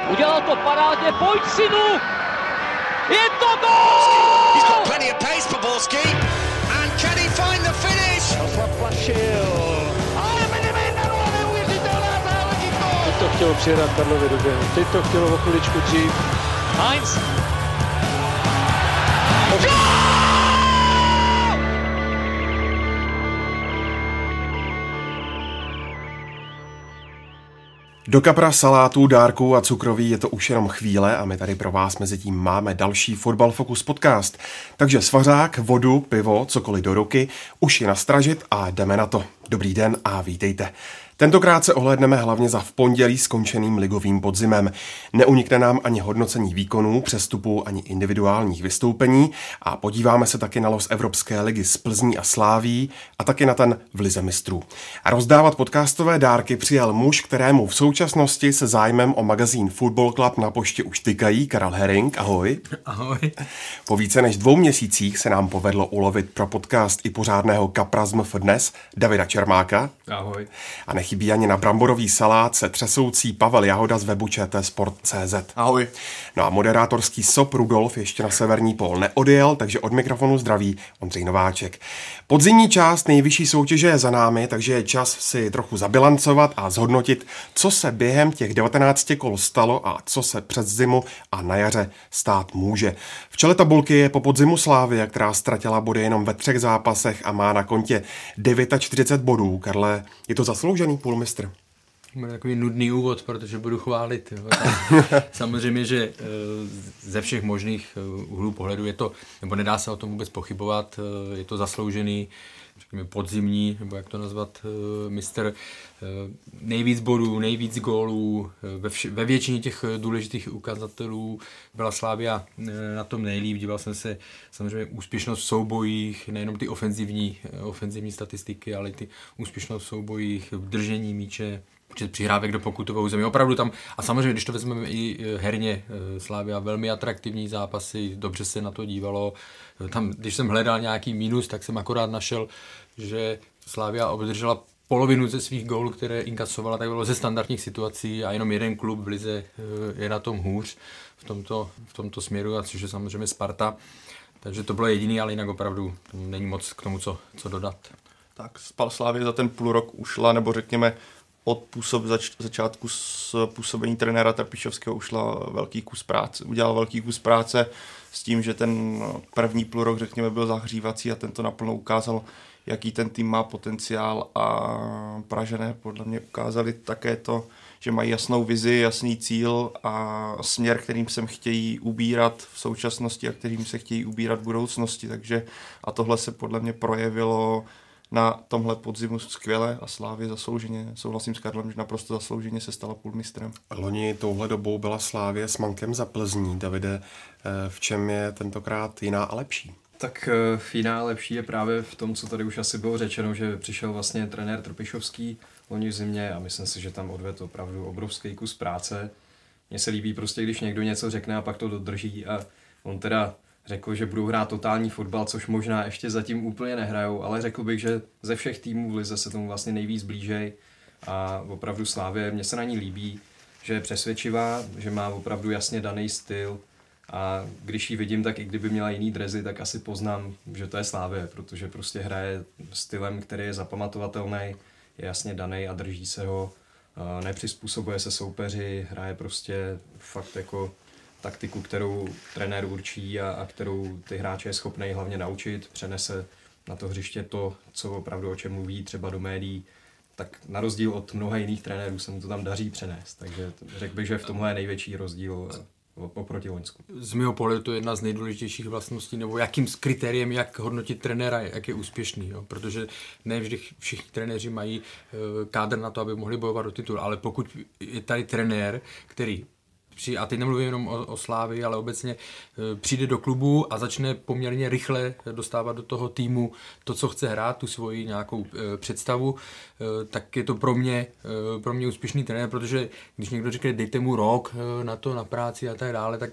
Udělal to parádně, pojď synu! Je to gól! He's got plenty of pace for Borski. And can he find the finish? Zaplašil. Ale Medvedev, neuvěřitelná záležitost! Teď to chtělo přijedat Karlově do běhu. Teď to chtělo o chviličku dřív. Heinz. Do kapra salátů, dárků a cukroví je to už jenom chvíle a my tady pro vás mezi tím máme další Fotbal Focus podcast. Takže svařák, vodu, pivo, cokoliv do ruky, uši nastražit a jdeme na to. Dobrý den a vítejte. Tentokrát se ohlédneme hlavně za v pondělí skončeným ligovým podzimem. Neunikne nám ani hodnocení výkonů, přestupů, ani individuálních vystoupení a podíváme se taky na los Evropské ligy s Plzní a Sláví a taky na ten v Lize mistrů. A rozdávat podcastové dárky přijal muž, kterému v současnosti se zájmem o magazín Football Club na poště už tykají. Karel Herring, ahoj. Ahoj. Po více než 2 měsících se nám povedlo ulovit pro podcast i pořádného kapra z MF Dnes, Davida Čermáka. Ahoj. A nechybí ani na bramborový salát se třesoucí Pavel Jahoda z webu ČTsport.cz. Ahoj. No a moderátorský sop Rudolf ještě na severní pól neodjel, takže od mikrofonu zdraví Ondřej Nováček. Podzimní část nejvyšší soutěže je za námi, takže je čas si trochu zabilancovat a zhodnotit, co se během těch 19 kol stalo a co se přes zimu a na jaře stát může. V čele tabulky je po podzimu Slavia, která ztratila body jenom ve 3 zápasech a má na kontě 49 bodů. Karle, je to zasloužený půlmistr? Bude takový nudný úvod, protože budu chválit. Samozřejmě, že ze všech možných úhlů pohledu je to, nebo nedá se o tom vůbec pochybovat, je to zasloužený, řekněme podzimní, nebo jak to nazvat, mistr. Nejvíc bodů, nejvíc gólů, ve většině těch důležitých ukazatelů byla Slavia na tom nejlíp. Díval jsem se samozřejmě úspěšnost v soubojích, nejenom ty ofenzivní statistiky, ale i ty úspěšnost v soubojích, v držení míče, počet přihrávek do pokutového území. Opravdu tam, a samozřejmě, když to vezmeme i herně, Slavia velmi atraktivní zápasy, dobře se na to dívalo. Tam, když jsem hledal nějaký mínus, tak jsem akorát našel, že Slavia obdržela polovinu ze svých gólů, které inkasovala, tak bylo ze standardních situací a jenom jeden klub v lize je na tom hůř v tomto směru, a což je samozřejmě Sparta. Takže to bylo jediný, ale jinak opravdu není moc k tomu, co dodat. Tak Slavia za ten půl rok ušla, nebo řekněme od začátku působení trenéra Trpišovského udělal velký kus práce s tím, že ten první půl rok, řekněme, byl zahřívací a ten to naplno ukázal, jaký ten tým má potenciál, a Pražané podle mě ukázali také to, že mají jasnou vizi, jasný cíl a směr, kterým se chtějí ubírat v současnosti a kterým se chtějí ubírat v budoucnosti. Takže a tohle se podle mě projevilo na tomhle podzimu skvěle a Slavia zaslouženě, souhlasím s Karlem, že naprosto zaslouženě se stala půlmistrem. Loni touhle dobou byla Slavia s mankem za Plzní. Davide, v čem je tentokrát jiná a lepší? Tak jiná a lepší je právě v tom, co tady už asi bylo řečeno, že přišel vlastně trenér Trpišovský loni v zimě a myslím si, že tam odvedl opravdu obrovský kus práce. Mně se líbí prostě, když někdo něco řekne a pak to dodrží, a on teda řekl, že budou hrát totální fotbal, což možná ještě zatím úplně nehrajou, ale řekl bych, že ze všech týmů v lize se tomu vlastně nejvíc blížej a opravdu Slavie, mně se na ní líbí, že je přesvědčivá, že má opravdu jasně daný styl, a když ji vidím, tak i kdyby měla jiný dresy, tak asi poznám, že to je Slavie, protože prostě hraje stylem, který je zapamatovatelný, je jasně daný a drží se ho, nepřizpůsobuje se soupeři, hraje prostě fakt jako taktiku, kterou trenér určí a kterou ty hráče je schopný hlavně naučit, přenese na to hřiště to, co opravdu o čem mluví, třeba do médií, tak na rozdíl od mnoha jiných trenérů se mu to tam daří přenést. Takže řekl bych, že v tomhle je největší rozdíl oproti loňsku. Z mého pohledu to je jedna z nejdůležitějších vlastností, nebo jakým kritériem, jak hodnotit trenéra, jak je úspěšný. Jo? Protože ne vždy všichni trenéři mají kádr na to, aby mohli bojovat o titul, ale pokud je tady trenér, který a teď nemluvím jenom o Slávii, ale obecně přijde do klubu a začne poměrně rychle dostávat do toho týmu to, co chce hrát, tu svoji nějakou představu, tak je to pro mě úspěšný trenér, protože když někdo řekne, dejte mu rok na to, na práci a tak dále, tak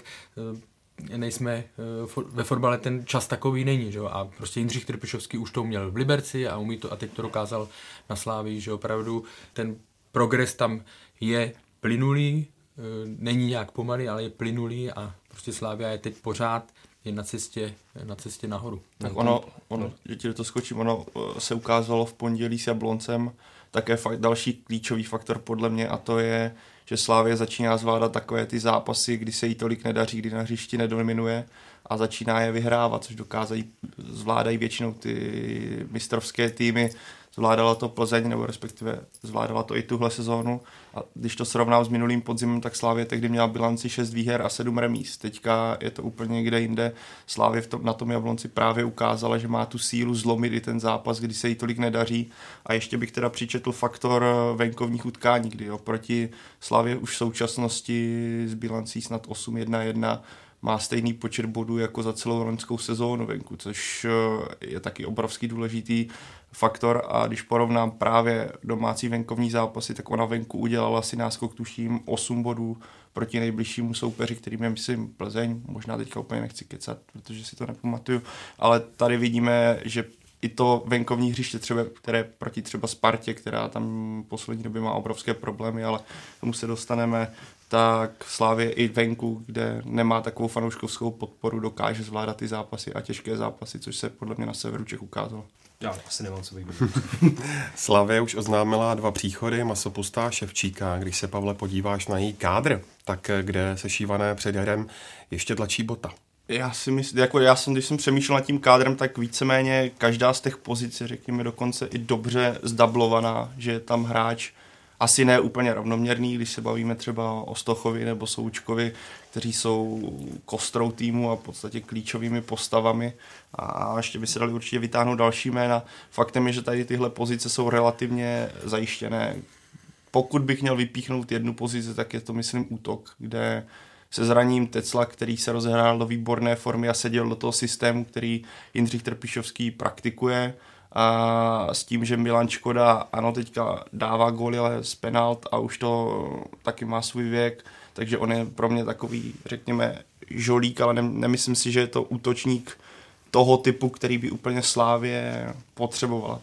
nejsme ve fotbale, ten čas takový není, že? A prostě Jindřich Trpišovský už to měl v Liberci a umí to, a teď to dokázal na Slávii, že opravdu ten progres tam je plynulý, není nějak pomalý, ale je plynulý a prostě Slavia je teď pořád na cestě nahoru. Tak ono, že ti do toho skočím, ono se ukázalo v pondělí s Jabloncem také další klíčový faktor podle mě, a to je, že Slavia začíná zvládat takové ty zápasy, kdy se jí tolik nedaří, kdy na hřišti nedominuje a začíná je vyhrávat, což zvládají většinou ty mistrovské týmy. Zvládala to Plzeň, nebo respektive zvládala to i tuhle sezónu. A když to srovnám s minulým podzimem, tak Slavia tehdy měla bilanci 6 výher a 7 remíz. Teďka je to úplně někde jinde. Slavia na tom Jablonci právě ukázala, že má tu sílu zlomit i ten zápas, kdy se jí tolik nedaří. A ještě bych teda přičetl faktor venkovních utkání, kdy oproti Slavii už v současnosti s bilancí snad 8-1-1 má stejný počet bodů jako za celou loňskou sezónu venku, což je taky obrovský důležitý faktor. A když porovnám právě domácí venkovní zápasy, tak ona venku udělala si náskok, tuším, 8 bodů proti nejbližšímu soupeři, kterým je, myslím, Plzeň. Možná teďka úplně nechci kecat, protože si to nepamatuju, ale tady vidíme, že i to venkovní hřiště třeba, které proti třeba Spartě, která tam poslední době má obrovské problémy, ale tomu se dostaneme, tak Slavie i venku, kde nemá takovou fanouškovskou podporu, dokáže zvládat ty zápasy a těžké zápasy, což se podle mě na severu Čech ukázalo. Já asi nemám co vybrat. Slavie už oznámila 2 příchody, Masopustá a Ševčíka. Když se, Pavle, podíváš na její kádr, tak kde sešívané před jarem ještě tlačí bota? Já si myslím, když jsem přemýšlel nad tím kádrem, tak víceméně každá z těch pozic je, řekněme, dokonce i dobře zdablovaná, že je tam hráč asi ne úplně rovnoměrný, když se bavíme třeba o Stochovi nebo Součkovi, kteří jsou kostrou týmu a v podstatě klíčovými postavami. A ještě by se dali určitě vytáhnout další jména. Faktem je, že tady tyhle pozice jsou relativně zajištěné. Pokud bych měl vypíchnout jednu pozici, tak je to, myslím, útok, kde se zraním Tecla, který se rozehrál do výborné formy a seděl do toho systému, který Jindřich Trpišovský praktikuje, a s tím, že Milan Škoda, ano, teďka dává góly, ale z penalt a už to taky má svůj věk, takže on je pro mě takový, řekněme, žolík, ale nemyslím si, že je to útočník toho typu, který by úplně Slávě potřebovala.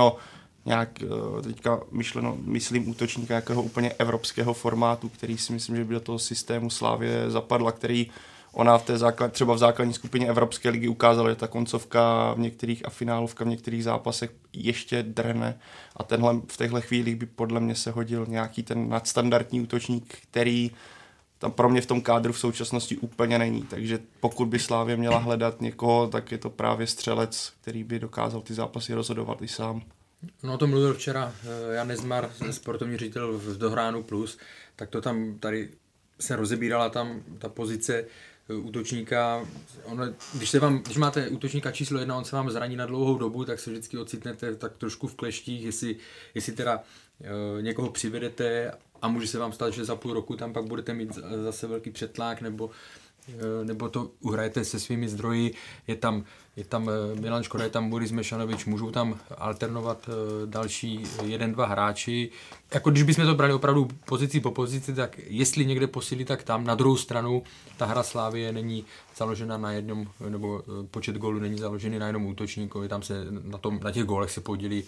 Myslím útočníka nějakého úplně evropského formátu, který si myslím, že by do toho systému Slávě zapadla, který ona třeba v základní skupině Evropské ligy ukázala, že ta koncovka a finálovka v některých zápasech ještě drhne a v těchto chvílích by podle mě se hodil nějaký ten nadstandardní útočník, který tam pro mě v tom kádru v současnosti úplně není. Takže pokud by Slavia měla hledat někoho, tak je to právě střelec, který by dokázal ty zápasy rozhodovat i sám. No, o tom mluvil včera Jan Nezmar, sportovní ředitel v Dohránu Plus, tak to tam tady se rozebírala tam ta pozice útočníka. Když máte útočníka číslo 1, on se vám zraní na dlouhou dobu, tak se vždycky ocitnete tak trošku v kleštích, jestli teda někoho přivedete a může se vám stát, že za půl roku tam pak budete mít zase velký přetlak, nebo to uhrajete se svými zdroji. Je tam Milan Škoda, je tam Boris Mešanovič, můžou tam alternovat další 1-2 hráči. Jako když bychom to brali opravdu pozici po pozici, tak jestli někde posílí, tak tam. Na druhou stranu ta hra Slavie není založena na jednom, nebo počet gólů není založený na jednom útočníkovi, tam se na těch gólech se podílí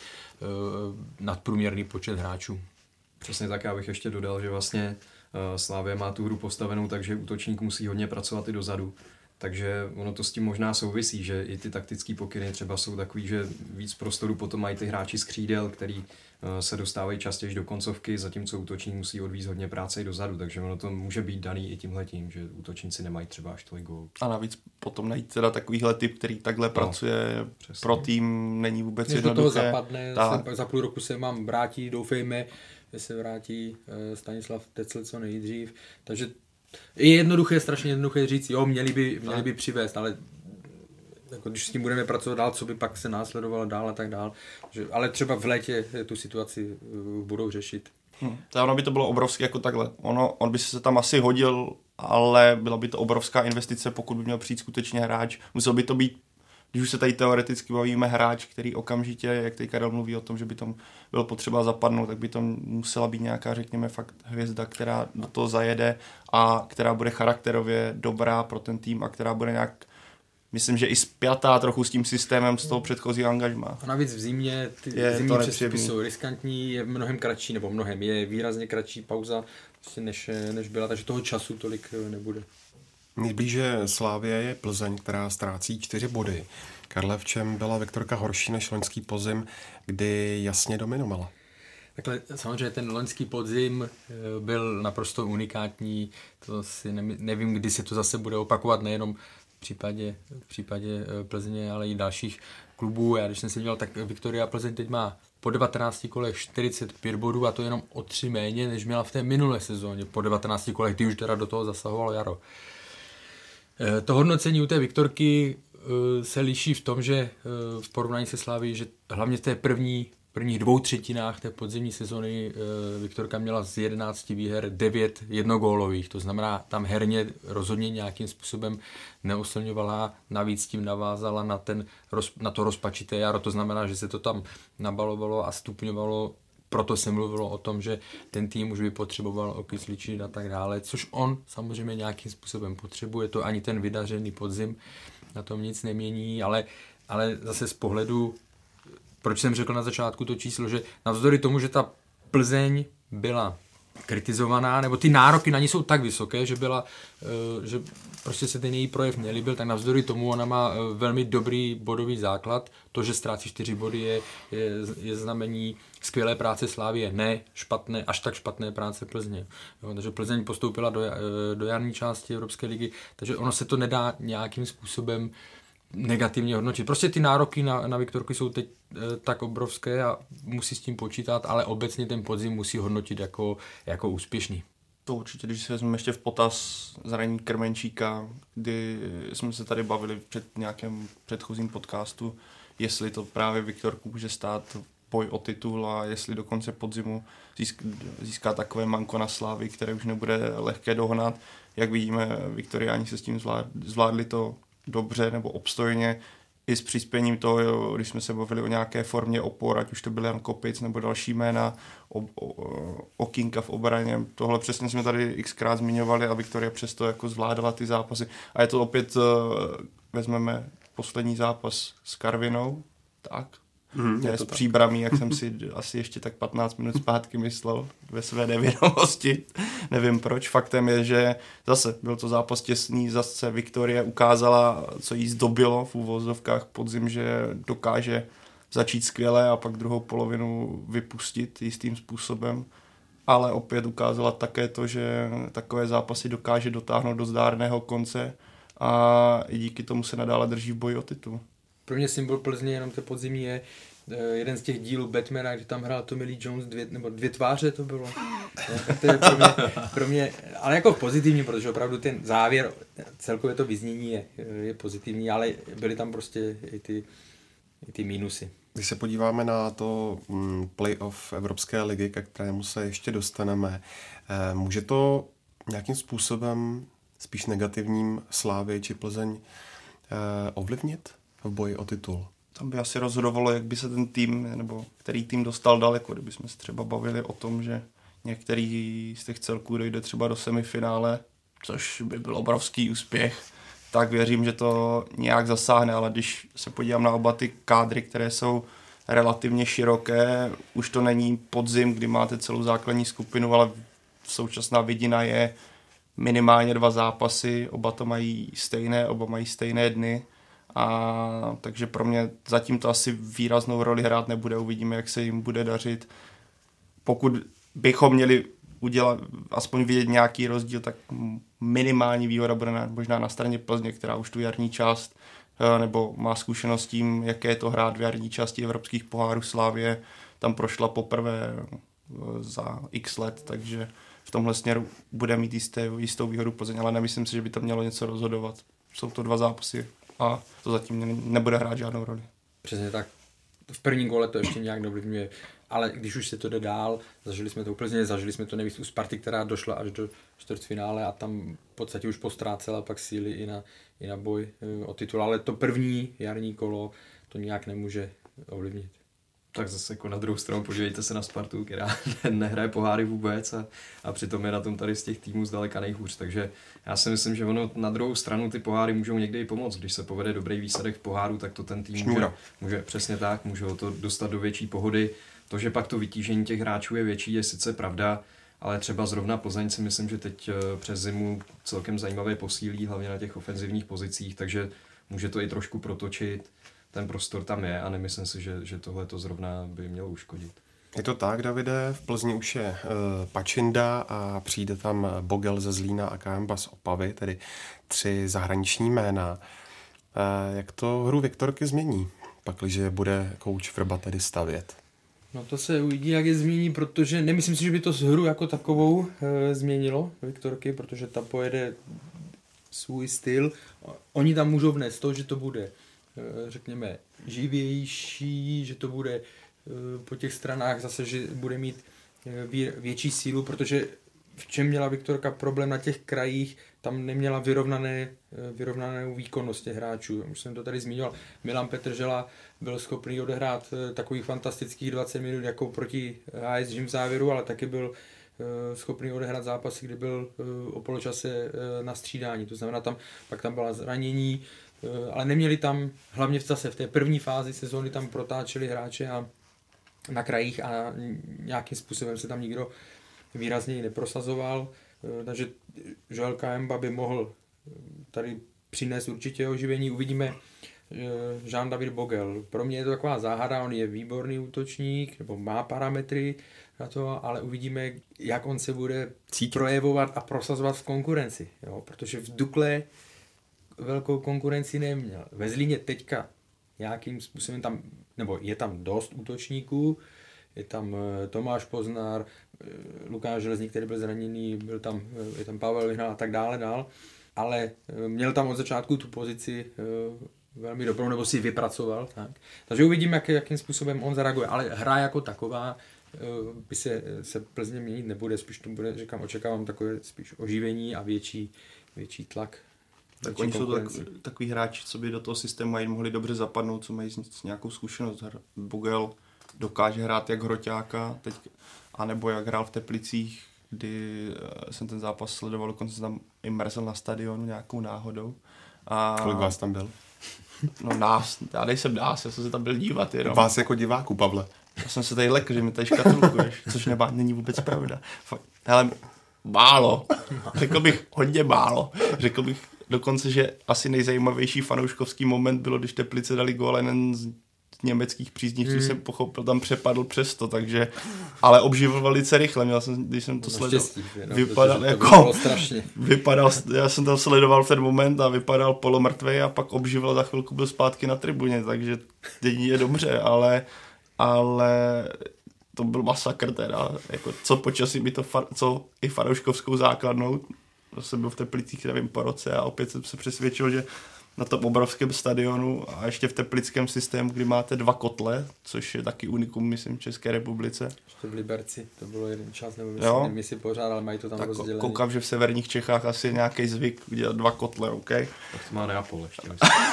nadprůměrný počet hráčů. Přesně tak, já bych ještě dodal, že vlastně Slavia má tu hru postavenou, takže útočník musí hodně pracovat i dozadu. Takže ono to s tím možná souvisí, že i ty taktické pokyny třeba jsou takový, že víc prostoru potom mají ty hráči z křídel, který se dostávají častěji do koncovky, zatímco útočník musí odvízt hodně práce i dozadu, takže ono to může být daný i tímhletím, že útočníci nemají třeba až tolik gólů. A navíc potom najít teda takovýhle typ, který takhle pracuje přesně. Pro tým, není vůbec jednoduché. Než do toho zapadne, za půl roku se vám vrátí, doufejme, že se vrátí Stanislav Tecl co nejdřív, takže je strašně jednoduché říct, jo, měli by přivést, ale jako, když s tím budeme pracovat dál, co by pak se následovalo dál a tak dál, ale třeba v létě tu situaci budou řešit. Ono by to bylo obrovské jako takhle. On by se tam asi hodil, ale byla by to obrovská investice, pokud by měl přijít skutečně hráč. Musel by to být, když už se tady teoreticky bavíme, hráč, který okamžitě, jak teď Karel mluví o tom, že by tam bylo potřeba zapadnout, tak by to musela být nějaká, řekněme, fakt hvězda, která do toho zajede a která bude charakterově dobrá pro ten tým a která bude nějak, myslím, že i spjatá trochu s tím systémem z toho předchozího angažmá. A navíc v zimě ty zimní přestupy jsou riskantní, je mnohem kratší, je výrazně kratší pauza než byla, takže toho času tolik nebude. Nejblíže Slavie je Plzeň, která ztrácí 4 body. Karle, v čem byla Viktorka horší než loňský podzim, kdy jasně dominovala? Takhle samozřejmě ten loňský podzim byl naprosto unikátní, to si nevím, kdy se to zase bude opakovat, nejenom v případě Plzně, ale i dalších klubů. Já když jsem se díval, tak Viktoria Plzeň teď má po 19 kolech 45 bodů a to jenom o 3 méně, než měla v té minulé sezóně. Po 19 kolech, kdy už teda do toho zasahovalo jaro. To hodnocení u té Viktorky se liší v tom, že v porovnání se Slaví, že hlavně v té prvních 2/3 té podzimní sezony Viktorka měla z 11 výher 9 jednogólových, to znamená, tam herně rozhodně nějakým způsobem neoslňovala, navíc tím navázala na to rozpačité jaro, to znamená, že se to tam nabalovalo a stupňovalo, proto se mluvilo o tom, že ten tým už by potřeboval okysličit a tak dále, což on samozřejmě nějakým způsobem potřebuje, to ani ten vydařený podzim na tom nic nemění, ale zase z pohledu, proč jsem řekl na začátku to číslo, že navzdory tomu, že ta Plzeň byla kritizovaná, nebo ty nároky na ní jsou tak vysoké, že prostě se ten její projev nelíbil, tak navzdory tomu ona má velmi dobrý bodový základ. To, že ztrácí 4 body, je znamení skvělé práce Slavie, ne špatné, až tak špatné práce Plzně. Jo, takže Plzeň postoupila do jarní části Evropské ligy, takže ono se to nedá nějakým způsobem negativně hodnotit. Prostě ty nároky na Viktorku jsou teď tak obrovské a musí s tím počítat, ale obecně ten podzim musí hodnotit jako úspěšný. To určitě, když si vezmeme ještě v potaz zranění Krmenčíka, kdy jsme se tady bavili před nějakém předchozím podcastu, jestli to právě Viktorku může stát boj o titul a jestli do konce podzimu získá takové manko na Slávy, které už nebude lehké dohnat. Jak vidíme, Viktoriáni se s tím zvládli to dobře nebo obstojně, i s přispěním toho, když jsme se bavili o nějaké formě opor, ať už to byl Jan Kopic nebo další jména, Okýnka v obraně. Tohle přesně jsme tady xkrát zmiňovali a Viktoria přesto jako zvládala ty zápasy. A je to opět, vezmeme poslední zápas s Karvinou, tak? Ne s Příbramí, jak jsem si asi ještě tak 15 minut zpátky myslel ve své nevědomosti. Nevím proč. Faktem je, že zase byl to zápas těsný, zase Viktoria ukázala, co jí zdobilo v úvozovkách podzim, že dokáže začít skvěle a pak druhou polovinu vypustit jistým způsobem. Ale opět ukázala také to, že takové zápasy dokáže dotáhnout do zdárného konce a i díky tomu se nadále drží v boji o titul. Pro mě symbol Plzně jenom té podzimní je jeden z těch dílů Batmana, kdy tam hrál Tommy Lee Jones dvě tváře to bylo. No, to je pro mě, ale jako pozitivní, protože opravdu ten závěr, celkově to vyznění je pozitivní, ale byly tam prostě i ty mínusy. Když se podíváme na to playoff Evropské ligy, ke kterému se ještě dostaneme, může to nějakým způsobem spíš negativním Slávy či Plzeň ovlivnit v boji o titul? Tam by asi rozhodovalo, jak by se ten tým, nebo který tým dostal daleko, kdybychom se třeba bavili o tom, že některý z těch celků dojde třeba do semifinále, což by byl obrovský úspěch, tak věřím, že to nějak zasáhne, ale když se podívám na oba ty kádry, které jsou relativně široké, už to není podzim, kdy máte celou základní skupinu, ale současná vidina je minimálně 2 zápasy, oba mají stejné dny. A takže pro mě zatím to asi výraznou roli hrát nebude, uvidíme, jak se jim bude dařit. Pokud bychom měli aspoň vidět nějaký rozdíl, tak minimální výhoda bude možná na straně Plzně, která už tu jarní část nebo má zkušenost s tím, jaké je to hrát v jarní části evropských pohárů. Slavie tam prošla poprvé za x let, takže v tomhle směru bude mít jistou výhodu Plzeň, ale nemyslím si, že by to mělo něco rozhodovat. Jsou to 2 zápasy a to zatím nebude hrát žádnou roli. Přesně tak. V prvním kole to ještě nějak neovlivňuje, ale když už se to jde dál, zažili jsme to úplně, zažili jsme to nejvíc u Sparty, která došla až do čtvrtfinále a tam v podstatě už postrácela pak síly i na boj o titul, ale to první jarní kolo to nějak nemůže ovlivnit. Tak zase jako na druhou stranu podívejte se na Spartu, která nehraje poháry vůbec a přitom je na tom tady z těch týmů zdaleka nejhůř, takže já si myslím, že ono na druhou stranu ty poháry můžou někdy i pomoct, když se povede dobrý výsledek v poháru, tak to ten tým může přesně tak, může ho to dostat do větší pohody, to, že pak to vytížení těch hráčů je větší, je sice pravda, ale třeba zrovna Plzeň si myslím, že teď přes zimu celkem zajímavě posílí, hlavně na těch ofenzivních pozicích, takže může to i trošku protočit. Ten prostor tam je a nemyslím si, že tohle to zrovna by mělo uškodit. Je to tak, Davide, v Plzni už je Pačinda a přijde tam Bogel ze Zlína a Kajamba z Opavy, tedy 3 zahraniční jména. Jak to hru Viktorky změní, pakliže bude kouč Vrba tedy stavět? No to se uvidí, jak je změní, protože nemyslím si, že by to hru jako takovou změnilo Viktorky, protože ta pojede svůj styl. Oni tam můžou vnést to, že to bude, řekněme, živější, že to bude po těch stranách zase, že bude mít větší sílu, protože v čem měla Viktorka problém na těch krajích, tam neměla vyrovnanou výkonnost těch hráčů. Už jsem to tady zmiňoval. Milan Petržela byl schopný odehrát takových fantastických 20 minut jako proti AS Řím v závěru, ale taky byl schopný odehrát zápasy, kdy byl o poločase na střídání. To znamená, pak tam byla zranění, ale neměli tam, hlavně zase v té první fázi sezóny tam protáčeli hráče a na krajích a nějakým způsobem se tam nikdo výrazněji neprosazoval, takže Joel Kajamba by mohl tady přinést určitě oživení. Uvidíme Jean-David Bogel. Pro mě je to taková záhada, on je výborný útočník, nebo má parametry na to, ale uvidíme, jak on se bude projevovat a prosazovat v konkurenci. Jo? Protože v Dukle velkou konkurenci neměl. Ve Zlíně teďka nějakým způsobem tam, nebo je tam dost útočníků, je tam Tomáš Poznár, Lukáš Železník, který byl zraněný, je tam Pavel Vyhnal a tak dále dál, ale měl tam od začátku tu pozici velmi dobrou, nebo si vypracoval. Tak. Takže uvidím, jakým způsobem on zareaguje, ale hra jako taková by se Plzně měnit nebude, spíš to bude, očekávám takové spíš oživení a větší tlak. Tak oni jsou takový hráči, co by do toho systému mohli dobře zapadnout, co mají s nějakou zkušenost. Bogel dokáže hrát jak hroťáka, anebo jak hrál v Teplicích, kdy jsem ten zápas sledoval, dokonce jsem tam i mrzel na stadionu nějakou náhodou. Kolik vás tam byl? No nás, já nejsem nás, já jsem se tam byl dívat jenom. Vás jako diváku, Pavle. Já jsem se tady lekl, že mi tady škatulkuješ, což není vůbec pravda. Hele, málo. Řekl bych hodně málo. Řekl bych dokonce, že asi nejzajímavější fanouškovský moment bylo, když Teplice dali gól, jeden z německých příznivců jsem pochopil, tam přepadl přes to, takže, ale obživil velice rychle, když jsem to sledoval, vypadal jako, já jsem tam sledoval v ten moment a vypadal polomrtvej a pak obživil, za chvilku byl zpátky na tribuně, takže teď je dobře, ale to byl masakr teda, jako co počasí by to, co i fanouškovskou základnou, jsem byl v Teplicích, nevím, po roce a opět jsem se přesvědčil, že na tom obrovském stadionu a ještě v teplickém systému, kdy máte 2 kotle, což je taky unikum, myslím, v České republice. Ještě v Liberci, to bylo jeden čas, nebo nevím, jestli pořád, ale mají to tam tak rozdělené. Koukám, že v severních Čechách asi je nějaký zvyk udělat 2 kotle, OK? Tak to má Neapol ještě.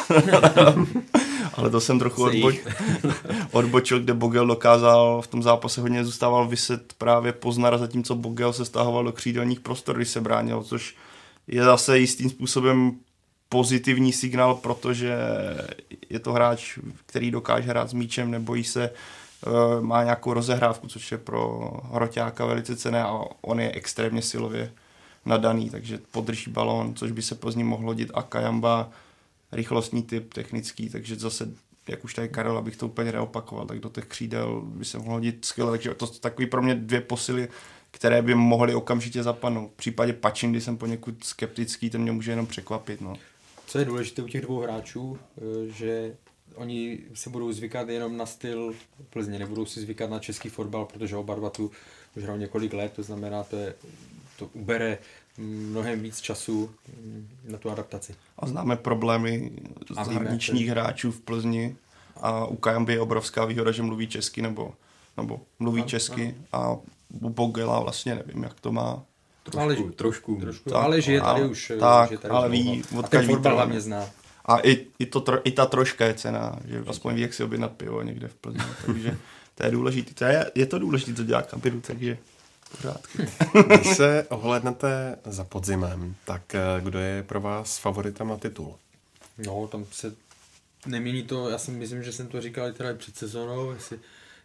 Ale to jsem trochu odbočil, kde Bogel dokázal v tom zápase hodně zůstával vyset právě Poznara, zatímco Bogel se stahoval do křídelních prostor, když se bránil, což je zase jistým způsobem pozitivní signál, protože je to hráč, který dokáže hrát s míčem, nebojí se, má nějakou rozehrávku, což je pro hroťáka velice cenné a on je extrémně silově nadaný, takže podrží balón, což by se Plzni mohlo hodit a Kajamba rychlostní typ, technický, takže zase, jak už tady Karel, abych to úplně neopakoval, tak do těch křídel by se mohlo hodit skvěle, takže to jsou takový pro mě 2 posily, které by mohly okamžitě zapadnout. V případě Pačindy jsem poněkud skeptický, ten mě může jenom překvapit. No. Co je důležité u těch 2 hráčů, že oni se budou zvykat jenom na styl Plzně, nebudou si zvykat na český fotbal, protože oba dva tu už hrajou několik let, to znamená, to ubere mnohem víc času na tu adaptaci. A známe problémy zahraničních hráčů v Plzni a u Kajamby je obrovská výhoda, že mluví česky nebo mluví česky a u Bogela vlastně nevím, jak to má. Trošku. Tak, ale žije tady už. Tak, ale ví, a ten fotbal hlavně zná. A i ta troška je cena, že aspoň ví, jak si objednat pivo někde v Plzni, takže to je důležité. Je to důležité, to dělá kabiru, takže pořádku. Když se ohlédnete za podzimem, tak kdo je pro vás favoritem na titul? No, tam se nemění to, já si myslím, že jsem to říkal i teda před sezónou,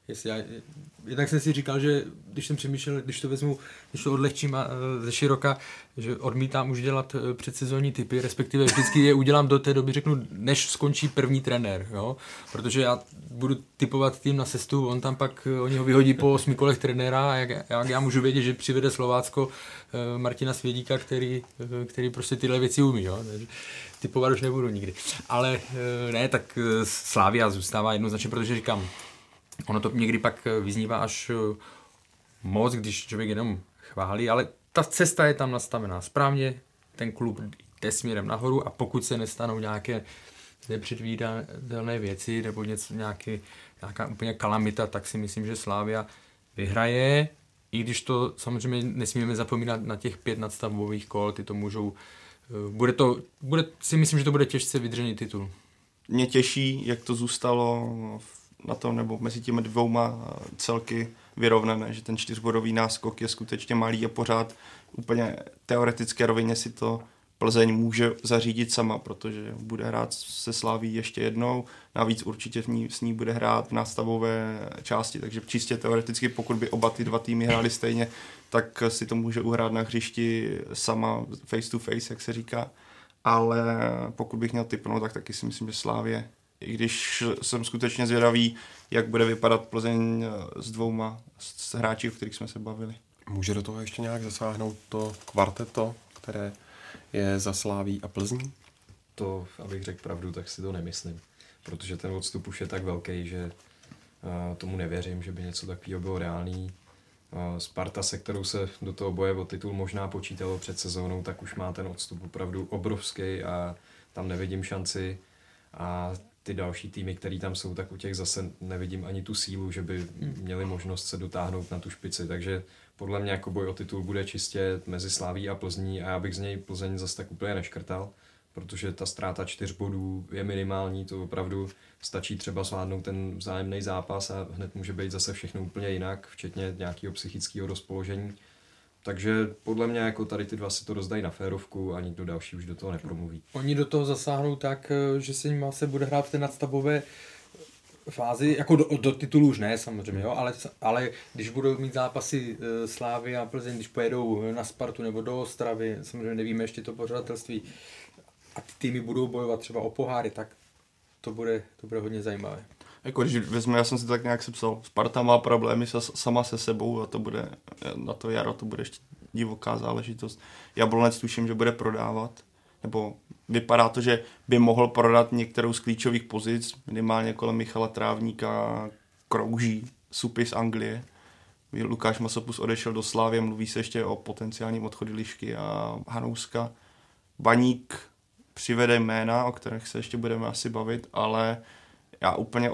Jednak jsem si říkal, že když jsem přemýšlel, když to odlehčím ze široka, že odmítám už dělat předsezónní typy, respektive vždycky je udělám do té doby, řeknu, než skončí první trenér, jo? Protože já budu typovat tým na sestu, on tam pak, oni ho vyhodí po 8 kolech trenéra a jak já můžu vědět, že přivede Slovácko Martina Svědíka, který prostě tyhle věci umí, jo? Takže typovat už nebudu nikdy. Ale ne, tak Slavia zůstává jednoznačně, protože říkám, ono to někdy pak vyznívá až moc, když člověk jenom chválí, ale ta cesta je tam nastavená správně, ten klub jde směrem nahoru a pokud se nestanou nějaké nepředvídatelné věci nebo nějaká úplně kalamita, tak si myslím, že Slavia vyhraje, i když to samozřejmě nesmíme zapomínat na těch 5 nadstavbových kol, ty to můžou, si myslím, že to bude těžce vydřený titul. Mě těší, jak to zůstalo na tom, nebo mezi těmi 2 celky vyrovnané, že ten 4bodový náskok je skutečně malý a pořád úplně teoretické rovině si to Plzeň může zařídit sama, protože bude hrát se Slaví ještě jednou, navíc určitě s ní bude hrát v nástavové části, takže čistě teoreticky, pokud by oba ty 2 týmy hráli stejně, tak si to může uhrát na hřišti sama face to face, jak se říká, ale pokud bych měl tipnout, tak taky si myslím, že Slavie, i když jsem skutečně zvědavý, jak bude vypadat Plzeň s 2 hráči, o kterých jsme se bavili. Může do toho ještě nějak zasáhnout to kvarteto, které je za Slaví a Plzní? To, abych řekl pravdu, tak si to nemyslím. Protože ten odstup už je tak velký, že tomu nevěřím, že by něco takového bylo reálný. Sparta, se kterou se do toho boje o titul možná počítalo před sezónou, tak už má ten odstup opravdu obrovský a tam nevidím šanci. A ty další týmy, které tam jsou, tak u těch zase nevidím ani tu sílu, že by měli možnost se dotáhnout na tu špici. Takže podle mě jako boj o titul bude čistě mezi Slaví a Plzní a já bych z něj Plzeň zase tak úplně neškrtal, protože ta ztráta 4 bodů je minimální, to opravdu stačí třeba zvládnout ten vzájemný zápas a hned může být zase všechno úplně jinak, včetně nějakého psychického rozpoložení. Takže podle mě jako tady ty 2 si to rozdají na férovku a nikdo další už do toho nepromluví. Oni do toho zasáhnou tak, že se bude hrát v té nadstavbové fázi, jako do titulu už ne samozřejmě, jo, ale když budou mít zápasy Slávy a Plzeň, když pojedou na Spartu nebo do Ostravy, samozřejmě nevíme ještě to pořadatelství, a ty týmy budou bojovat třeba o poháry, tak to bude hodně zajímavé. Jako když vezme, já jsem si tak nějak sepsal, Sparta má problémy sama se sebou a to bude, na to jaro to bude ještě divoká záležitost. Jablonec tuším, že bude prodávat, nebo vypadá to, že by mohl prodat některou z klíčových pozic, minimálně kolem Michala Trávníka, krouží supy z Anglie. Lukáš Masopus odešel do Slávie, mluví se ještě o potenciálním odchodu Lišky a Hanouska. Baník přivede jména, o kterých se ještě budeme asi bavit, ale já úplně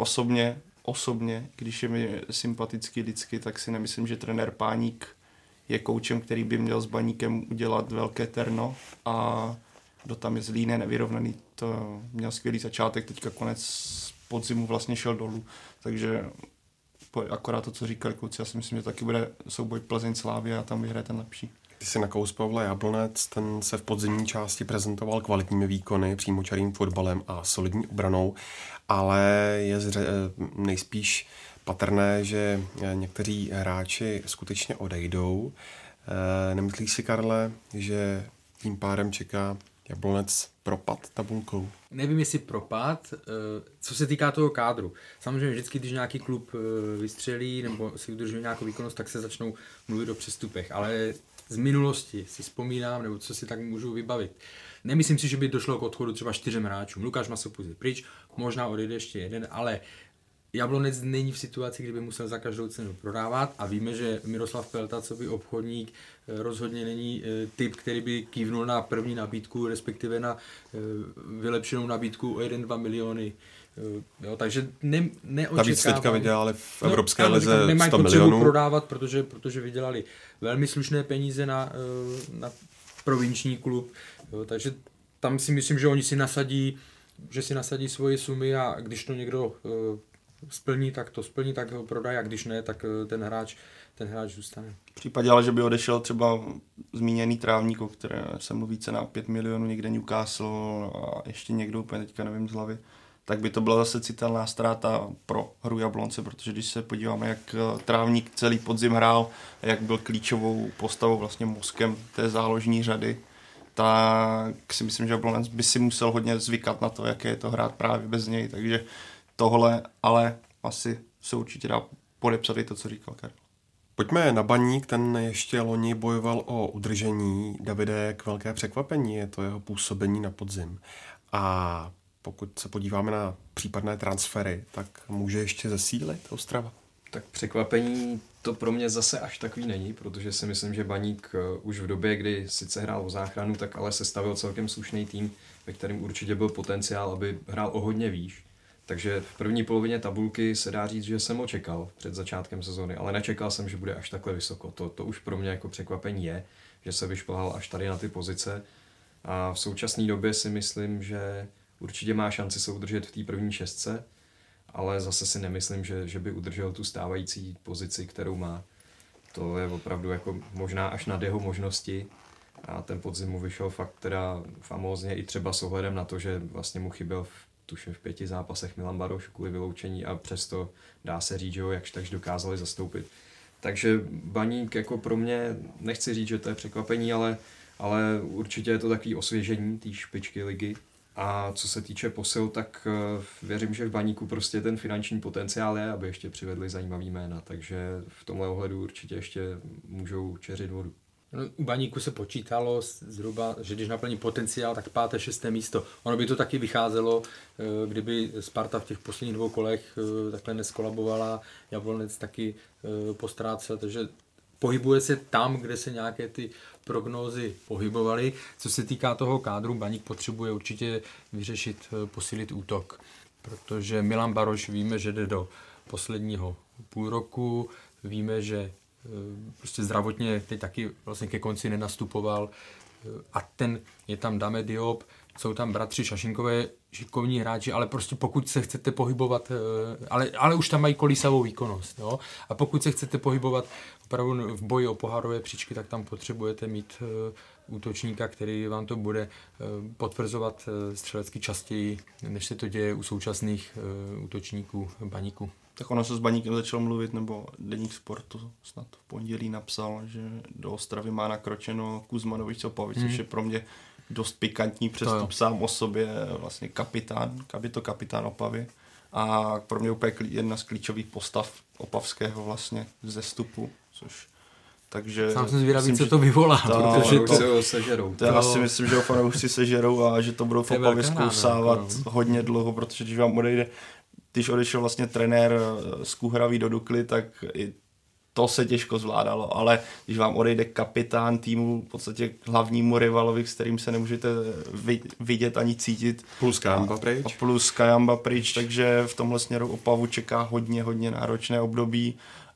osobně, když je mi sympatický lidsky, tak si nemyslím, že trenér Páník je koučem, který by měl s Baníkem udělat velké terno a kdo tam je zlý, nevyrovnaný, to měl skvělý začátek, teďka konec podzimu vlastně šel dolů, takže akorát to, co říkali kluci, já si myslím, že taky bude souboj Plzeň Slavia a tam vyhraje ten lepší. Ty jsi nakous Pavla Jablonec, ten se v podzimní části prezentoval kvalitními výkony, přímočarým fotbalem a solidní obranou, ale je nejspíš patrné, že někteří hráči skutečně odejdou. Nemyslíš si, Karle, že tím pádem čeká Jablonec propad tabulkou? Nevím, jestli propad, co se týká toho kádru. Samozřejmě vždycky, když nějaký klub vystřelí nebo si udržuje nějakou výkonnost, tak se začnou mluvit o přestupech, ale z minulosti si vzpomínám, nebo co si tak můžu vybavit. Nemyslím si, že by došlo k odchodu třeba 4 hráčům. Lukáš Masopus je pryč, možná odejde ještě jeden, ale Jablonec není v situaci, kdyby musel za každou cenu prodávat a víme, že Miroslav Pelta, co by obchodník, rozhodně není typ, který by kývnul na první nabídku, respektive na vylepšenou nabídku o 1-2 miliony. Jo, takže neočekávám. Navíc teďka vydělali v Evropské lize 100 milionů. Nemají potřebu prodávat, protože vydělali velmi slušné peníze na provinční klub. Jo, takže tam si myslím, že oni si nasadí svoje sumy a když to někdo splní, tak to splní, tak ho prodají a když ne, tak ten hráč zůstane. V případě ale, že by odešel třeba zmíněný Trávník, o které se mluví cena 5 milionů, někde Newcastle a ještě někdo, úplně teďka nevím z hlavy, tak by to byla zase citelná ztráta pro hru Jablonce, protože když se podíváme, jak Trávník celý podzim hrál, jak byl klíčovou postavou, vlastně mozkem té záložní řady, tak si myslím, že Jablonec by si musel hodně zvykat na to, jaké je to hrát právě bez něj, takže tohle, ale asi se určitě dá podepsat i to, co říkal Karel. Pojďme na Baník, ten ještě loni bojoval o udržení. Davide, k velké překvapení je to jeho působení na podzim. A pokud se podíváme na případné transfery, tak může ještě zesílit Ostrava? Tak překvapení to pro mě zase až takový není, protože si myslím, že Baník už v době, kdy sice hrál o záchranu, tak ale sestavil celkem slušný tým, ve kterém určitě byl potenciál, aby hrál o hodně výš. Takže v první polovině tabulky se dá říct, že jsem ho čekal před začátkem sezóny, ale nečekal jsem, že bude až takhle vysoko. To už pro mě jako překvapení je, že se vyšplhal až tady na ty pozice. A v současné době si myslím, že určitě má šanci se udržet v té první šestce, ale zase si nemyslím, že by udržel tu stávající pozici, kterou má. To je opravdu jako možná až nad jeho možnosti a ten podzim mu vyšel fakt teda famózně i třeba s ohledem na to, že vlastně mu chyběl tuším v 5 zápasech Milan Baroš kvůli vyloučení a přesto dá se říct, že ho jakž takž dokázali zastoupit. Takže Baník jako pro mě, nechci říct, že to je překvapení, ale určitě je to takový osvěžení té špičky ligy. A co se týče posil, tak věřím, že v Baníku prostě ten finanční potenciál je, aby ještě přivedli zajímavý jména, takže v tomhle ohledu určitě ještě můžou čeřit vodu. No, u Baníku se počítalo zhruba, že když naplní potenciál, tak 5., 6. místo. Ono by to taky vycházelo, kdyby Sparta v těch posledních 2 kolech takhle neskolabovala, Jablonec taky postrácel, takže pohybuje se tam, kde se nějaké ty prognózy pohybovaly. Co se týká toho kádru, Baník potřebuje určitě vyřešit, posílit útok, protože Milan Baroš víme, že jde do posledního půl roku, víme, že prostě zdravotně teď taky vlastně ke konci nenastupoval a je tam Dame Diop, jsou tam bratři Šašinkové, šikovní hráči, ale prostě pokud se chcete pohybovat, ale už tam mají kolísavou výkonnost, jo? A pokud se chcete pohybovat opravdu v boji o pohárové příčky, tak tam potřebujete mít útočníka, který vám to bude potvrzovat střelecky častěji, než se to děje u současných útočníků Baníku. Tak ono se s Baníkem začalo mluvit, nebo Deník Sportu snad v pondělí napsal, že do Ostravy má nakročeno Kuzmanovič z Opavy, což je pro mě dost pikantní přestup sám o sobě, vlastně kapitán Opavy. A pro mě úplně jedna z klíčových postav opavského vlastně zestupu, což takže... Sám jsem zvědavý, co to vyvolá, protože to sežerou. To já si myslím, že ho fanoušci sežerou a že to budou v Opavě zkousávat hodně dlouho, protože když odešel vlastně trenér z Kuhraví do Dukly, tak i to se těžko zvládalo, ale když vám odejde kapitán týmu, v podstatě hlavnímu rivalovi, s kterým se nemůžete vidět ani cítit. Plus Kajamba pryč, takže v tomhle směru Opavu čeká hodně náročné období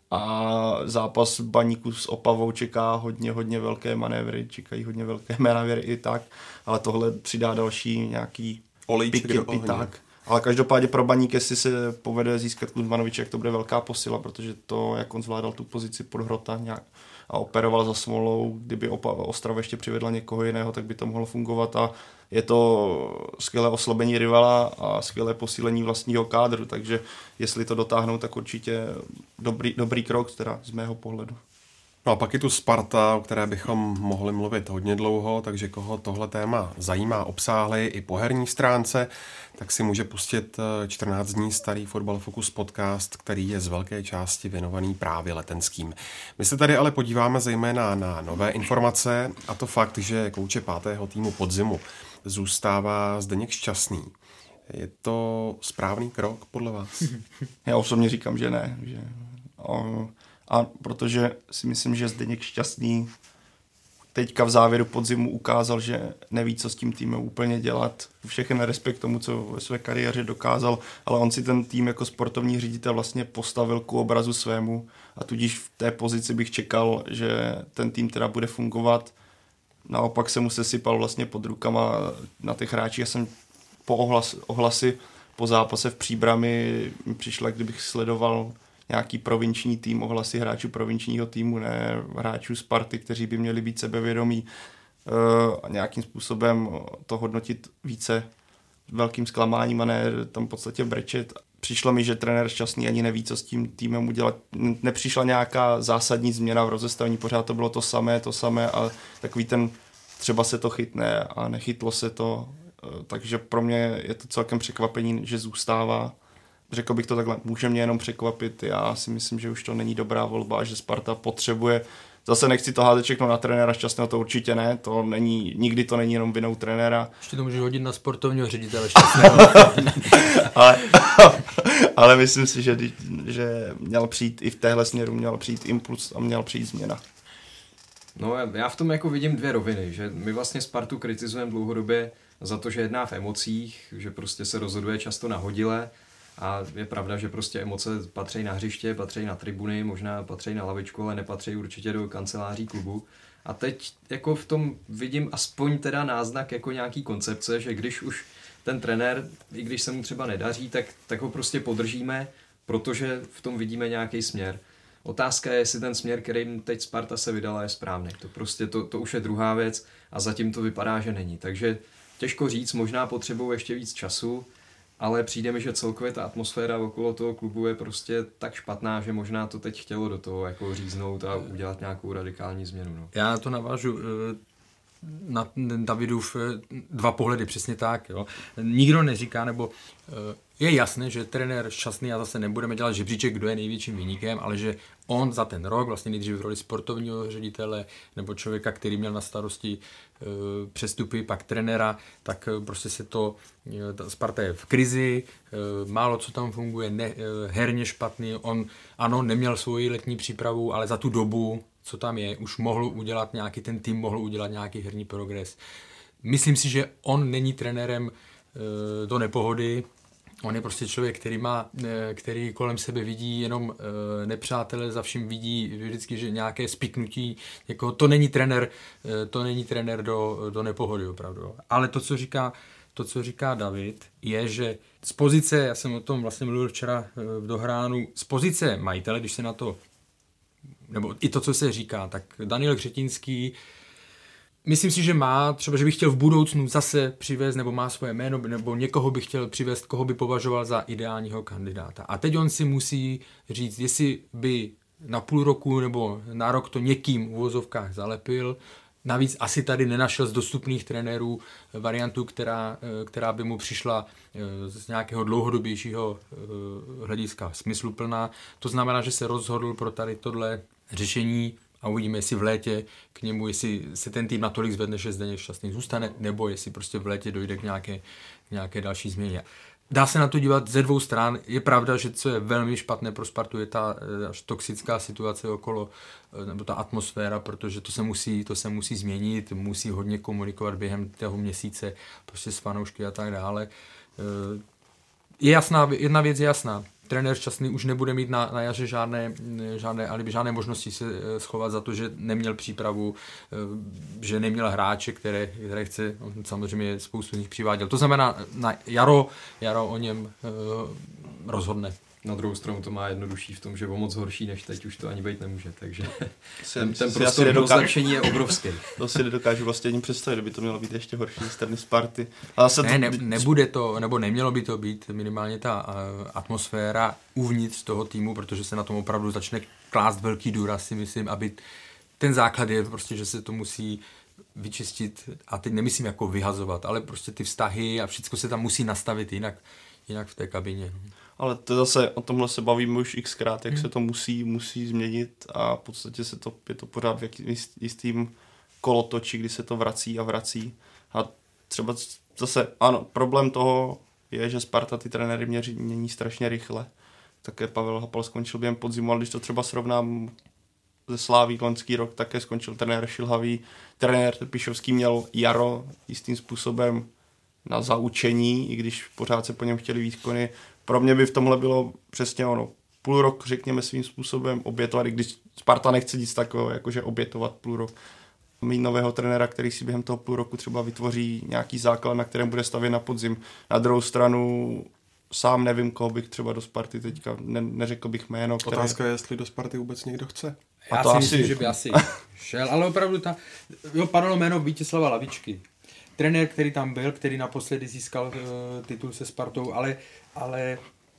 a zápas Baníku s Opavou čeká hodně velké manévry, čekají hodně velké manévry i tak, ale tohle přidá další nějaký piták. Ale každopádně pro Baník, jestli se povede získat Kuzmanoviče, jak to bude velká posila, protože to, jak on zvládal tu pozici pod Hrota nějak a operoval za Smolou, kdyby Ostrava ještě přivedla někoho jiného, tak by to mohlo fungovat a je to skvělé oslabení rivala a skvělé posílení vlastního kádru, takže jestli to dotáhnou, tak určitě dobrý krok, teda z mého pohledu. No a pak je tu Sparta, o které bychom mohli mluvit hodně dlouho, takže koho tohle téma zajímá obsáhly i po herní stránce, tak si může pustit 14 dní starý Fotbal Focus podcast, který je z velké části věnovaný právě letenským. My se tady ale podíváme zejména na nové informace a to fakt, že kouče 5. týmu podzimu zůstává Zdeněk Šťastný. Je to správný krok podle vás? Já osobně říkám, že ne. A protože si myslím, že Zdeněk Šťastný teďka v závěru podzimu ukázal, že neví, co s tím týmem úplně dělat. Všechen respekt tomu, co ve své kariéře dokázal, ale on si ten tým jako sportovní ředitel vlastně postavil ku obrazu svému a tudíž v té pozici bych čekal, že ten tým teda bude fungovat. Naopak se mu sesypal vlastně pod rukama na těch hráčích. Já jsem po ohlasy po zápase v Příbrami mi přišlo, kdybych sledoval nějaký provinční tým, ohlasy hráčů provinčního týmu, ne hráčů Sparty, kteří by měli být sebevědomí a nějakým způsobem to hodnotit více velkým zklamáním a ne tam v podstatě brečet. Přišlo mi, že trenér Šťastný ani neví, co s tím týmem udělat. Nepřišla nějaká zásadní změna v rozestavení, pořád to bylo to samé a takový ten třeba se to chytne a nechytlo se to. Takže pro mě je to celkem překvapení, že zůstává. Řekl bych to takhle, může mě jenom překvapit. Já si myslím, že už to není dobrá volba a že Sparta potřebuje. Zase nechci to házet všechno na trenéra Šťastného, to určitě ne. Nikdy to není jenom vinou trenéra. Ještě to můžeš hodit na sportovního ředitele Šťastného. ale myslím si, že měl přijít i v téhle směru, měl přijít impuls a měl přijít změna. No já v tom jako vidím dvě roviny, že my vlastně Spartu kritizujeme dlouhodobě za to, že jedná v emocích, že prostě se rozhoduje často nahodile a je pravda, že prostě emoce patří na hřiště, patří na tribuny, možná patří na lavičku, ale nepatří určitě do kanceláří klubu. A teď jako v tom vidím aspoň teda náznak jako nějaký koncepce, že když už ten trenér, i když se mu třeba nedaří, tak ho prostě podržíme, protože v tom vidíme nějaký směr. Otázka je, jestli ten směr, kterým teď Sparta se vydala, je správný. To prostě to už je druhá věc a zatím to vypadá, že není. Takže těžko říct, možná potřebují ještě víc času, ale přijde mi, že celkově ta atmosféra okolo toho klubu je prostě tak špatná, že možná to teď chtělo do toho jako říznout a udělat nějakou radikální změnu. No. Já na to navážu na Davidův dva pohledy, přesně tak. Jo. Nikdo neříká, nebo je jasné, že trenér Šťastný, a zase nebudeme dělat žebříček, kdo je největším viníkem, ale že on za ten rok, vlastně nejdřív v roli sportovního ředitele nebo člověka, který měl na starosti přestupy, pak trenéra, tak prostě se to, Sparta je v krizi, málo co tam funguje, herně špatný, on ano, neměl svoji letní přípravu, ale za tu dobu, co tam je, už mohl udělat nějaký, ten tým mohl udělat nějaký herní progres. Myslím si, že on není trenérem do nepohody, on je prostě člověk, který kolem sebe vidí jenom nepřátele, za vším vidí vždycky, že nějaké spiknutí, jako to není trenér do nepohody opravdu. Ale to, co říká David, je, že z pozice, já jsem o tom vlastně mluvil včera v Dohránu, z pozice majitele, když se na to, nebo i to, co se říká, tak Daniel Křetínský, myslím si, že má, třeba, že by chtěl v budoucnu zase přivést, nebo má svoje jméno, nebo někoho by chtěl přivést, koho by považoval za ideálního kandidáta. A teď on si musí říct, jestli by na půl roku nebo na rok to někým v uvozovkách zalepil. Navíc asi tady nenašel z dostupných trenérů variantu, která by mu přišla z nějakého dlouhodobějšího hlediska smysluplná. To znamená, že se rozhodl pro tady tohle řešení a uvidíme, jestli v létě k němu, jestli se ten tým natolik zvedne, že Zdeněk Šťastný zůstane, nebo jestli prostě v létě dojde k nějaké další změně. Dá se na to dívat ze dvou stran. Je pravda, že co je velmi špatné pro Spartu, je ta až toxická situace okolo, nebo ta atmosféra, protože to se musí změnit, musí hodně komunikovat během toho měsíce prostě s fanoušky a tak dále. Jedna věc je jasná. Trenér Šťastný už nebude mít na jaře žádné možnosti se schovat za to, že neměl přípravu, že neměl hráče, které chce, on samozřejmě spoustu z nich přiváděl. To znamená, na jaro o něm rozhodne. Na druhou stranu to má jednodušší v tom, že o moc horší než teď už to ani být nemůže, takže ten prostor pro zlepšení je obrovský. To si nedokážu vlastně ani představit, kdyby to mělo být ještě horší ze strany Sparty. Nebude to, nebo nemělo by to být minimálně ta atmosféra uvnitř toho týmu, protože se na tom opravdu začne klást velký důraz, si myslím, aby ten základ je prostě, že se to musí vyčistit, a teď nemyslím jako vyhazovat, ale prostě ty vztahy a všechno se tam musí nastavit jinak v té kabině. Ale to zase o tomhle se bavíme už xkrát, jak se to musí změnit a v podstatě je to pořád v jistým kolotoči, kdy se to vrací a vrací. A třeba zase, ano, problém toho je, že Sparta ty trenéry mění strašně rychle. Také Pavel Hapal skončil během podzimu, ale když to třeba srovnám ze Sláví loňský rok, také skončil trenér šilhavý. Trenér Trpišovský měl jaro jistým způsobem na zaučení, i když pořád se po něm chtěli výkony. Pro mě by v tomhle bylo přesně ono. Půl rok, řekněme, svým způsobem obětovat, i když Sparta nechce nic takového, jakože obětovat půl rok. Mít nového trenéra, který si během toho půl roku třeba vytvoří nějaký základ, na kterém bude stavět na podzim. Na druhou stranu sám nevím, koho bych třeba do Sparty teďka, neřekl bych jméno. Otázka je, jestli do Sparty vůbec někdo chce. Já si myslím, že by asi šel, ale opravdu padalo jméno Vítězslava Lavičky. trenér, který tam byl, který naposledy získal titul se Spartou, ale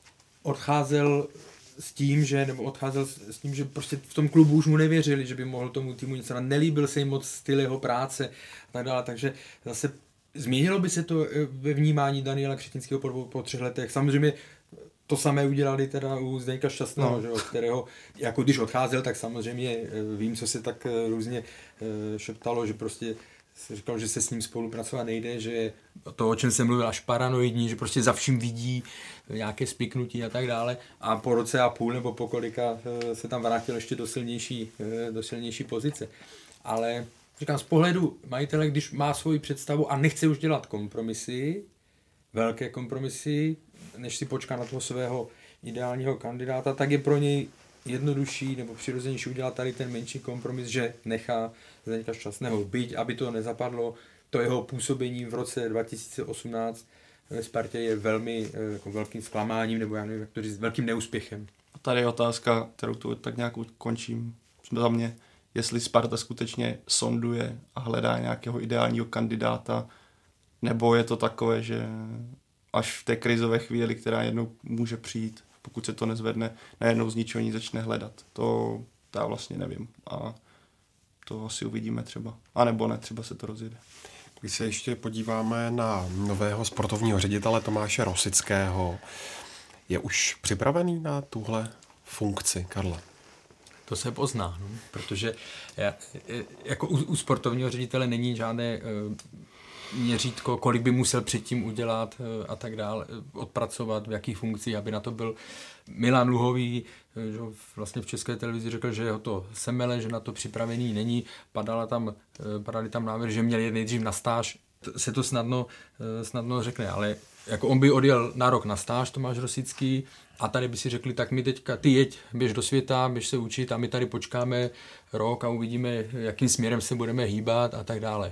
odcházel s tím, že prostě v tom klubu už mu nevěřili, že by mohl tomu týmu něco dát. Nelíbil se jim moc styl jeho práce a tak dále, takže zase změnilo by se to ve vnímání Daniela Křetínského po 3 letech. Samozřejmě to samé udělali teda u Zdeňka Šťastného, že, kterého, jako když odcházel, tak samozřejmě vím, co se tak různě šeptalo, že prostě se říkal, že se s ním spolupracovat nejde, že to, o čem jsem mluvil, až paranoidní, že prostě za vším vidí nějaké spiknutí a tak dále. A po roce a půl nebo po kolika se tam vrátil ještě do silnější pozice. Ale říkám, z pohledu majitele, když má svoji představu a nechce už dělat kompromisy, velké kompromisy, než si počká na toho svého ideálního kandidáta, tak je pro něj jednodušší nebo přirozenější udělat tady ten menší kompromis, že nechá Zdeňka Šťastného byť, aby to nezapadlo. To jeho působení v roce 2018 ve Spartě je velmi jako velkým zklamáním, nebo já nevím, jak to říct, velkým neúspěchem. A tady je otázka, kterou tu tak nějak končím za mě, jestli Sparta skutečně sonduje a hledá nějakého ideálního kandidáta, nebo je to takové, že až v té krizové chvíli, která jednou může přijít, pokud se to nezvedne, najednou z ničeho nic začne hledat. To já vlastně nevím. A to asi uvidíme třeba. A nebo ne, třeba se to rozjede. Když se ještě podíváme na nového sportovního ředitele Tomáše Rosického, je už připravený na tuhle funkci, Karle? To se pozná, no? Protože jako u sportovního ředitele není žádné měřítko, kolik by musel předtím udělat a tak dále, odpracovat, v jakých funkcích, aby na to byl. Milan Luhový, že vlastně v České televizi řekl, že ho to semele, že na to připravený není. Padaly tam návrhy, že měl jet nejdřív na stáž. Se to snadno řekne, ale jako on by odjel na rok na stáž, Tomáš Rosický, a tady by si řekli, tak my teďka, ty jeď, běž do světa, běž se učit a my tady počkáme rok a uvidíme, jakým směrem se budeme hýbat a tak dále.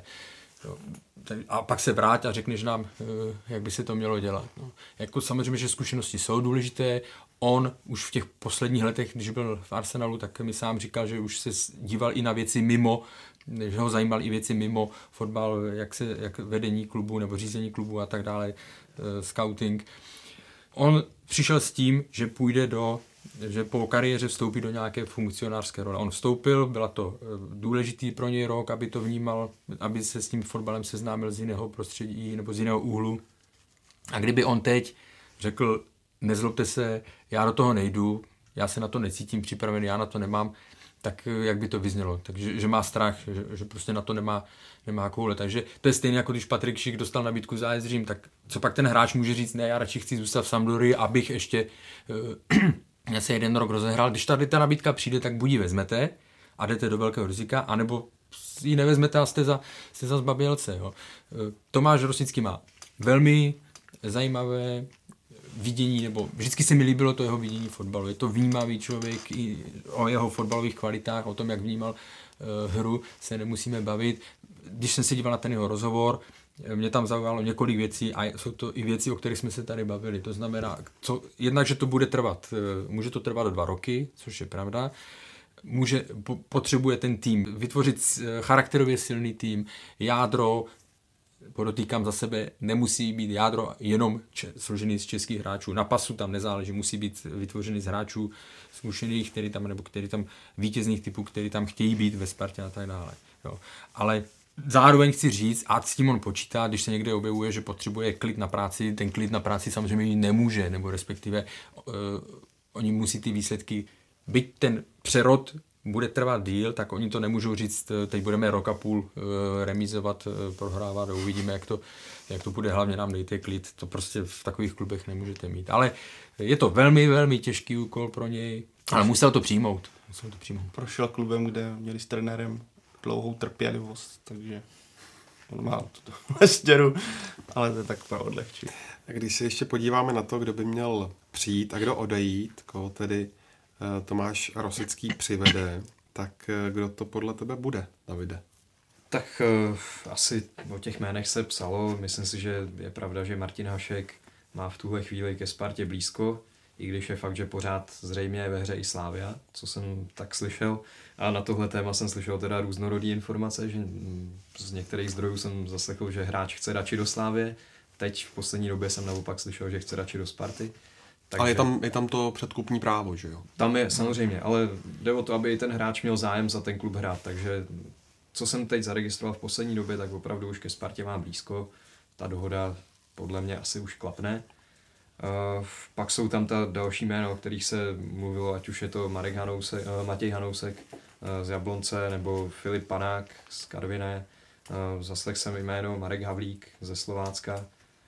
A pak se vrát a řekneš nám, jak by se to mělo dělat. No. Jako samozřejmě, že zkušenosti jsou důležité. On už v těch posledních letech, když byl v Arsenalu, tak mi sám říkal, že už se díval i na věci mimo, že ho zajímal i věci mimo fotbal, jak vedení klubu nebo řízení klubu a tak dále, scouting. On přišel s tím, že že po kariéře vstoupí do nějaké funkcionářské role. On vstoupil, byla to důležitý pro něj rok, aby to vnímal, aby se s tím fotbalem seznámil z jiného prostředí nebo z jiného úhlu. A kdyby on teď řekl, nezlobte se, já do toho nejdu, já se na to necítím připravený, já na to nemám, tak jak by to vyznělo? Takže že má strach, že prostě na to nemá koule. Takže to je stejné, jako když Patrik Šik dostal nabídku za AS Řím, tak co pak ten hráč může říct, ne, já radši chci zůstat v Sampdorii, abych ještě já se 1 rok rozehrál. Když tady ta nabídka přijde, tak buď ji vezmete a jdete do velkého rizika, anebo ji nevezmete a jste za zbabělce. Jo. Tomáš Rosický má velmi zajímavé vidění, nebo vždycky se mi líbilo to jeho vidění fotbalu. Je to vnímavý člověk, i o jeho fotbalových kvalitách, o tom, jak vnímal hru, se nemusíme bavit. Když jsem se díval na ten jeho rozhovor, mě tam zaujalo několik věcí a jsou to i věci, o kterých jsme se tady bavili. To znamená, jednak, že to bude trvat, může to trvat 2 roky, což je pravda. Potřebuje ten tým vytvořit charakterově silný tým, jádro, podotýkám za sebe, nemusí být jádro jenom složený z českých hráčů. Na pasu tam nezáleží, musí být vytvořený z hráčů zkušených, který tam vítězných typů, který tam chtějí být ve Spartě a tak dále. Jo. Ale zároveň chci říct, a s tím on počítá, když se někde objevuje, že potřebuje klid na práci, ten klid na práci samozřejmě nemůže, nebo respektive oni musí ty výsledky, byť ten přerod bude trvat díl, tak oni to nemůžou říct, teď budeme rok a půl remízovat, prohrávat a uvidíme, jak to bude, hlavně nám dejte klid, to prostě v takových klubech nemůžete mít. Ale je to velmi, velmi těžký úkol pro něj, ale musel to přijmout. Prošel klubem, kde měli s trenérem dlouhou trpělivost, takže on má tuto stěru, ale to je tak pro odlehčit. A když se ještě podíváme na to, kdo by měl přijít a kdo odejít, koho tedy Tomáš Rosický přivede, tak kdo to podle tebe bude, Davide? Tak asi o těch jménech se psalo. Myslím si, že je pravda, že Martin Hašek má v tuhle chvíli ke Spartě blízko, i když je fakt, že pořád zřejmě je ve hře i Slavia, co jsem tak slyšel. A na tohle téma jsem slyšel teda různorodý informace, že z některých zdrojů jsem zaslechl, že hráč chce radši do Slavie. Teď v poslední době jsem naopak slyšel, že chce radši do Sparty. Takže ale je tam to předkupní právo, že jo? Tam je, samozřejmě, ale jde o to, aby ten hráč měl zájem za ten klub hrát, takže co jsem teď zaregistroval v poslední době, tak opravdu už ke Spartě mám blízko. Ta dohoda podle mě asi už klapne. Pak jsou tam ta další jména, o kterých se mluvilo, ať už je to Matěj Hanousek z Jablonce nebo Filip Panák z Karviné. Zaslech jsem jméno Marek Havlík ze Slovácka.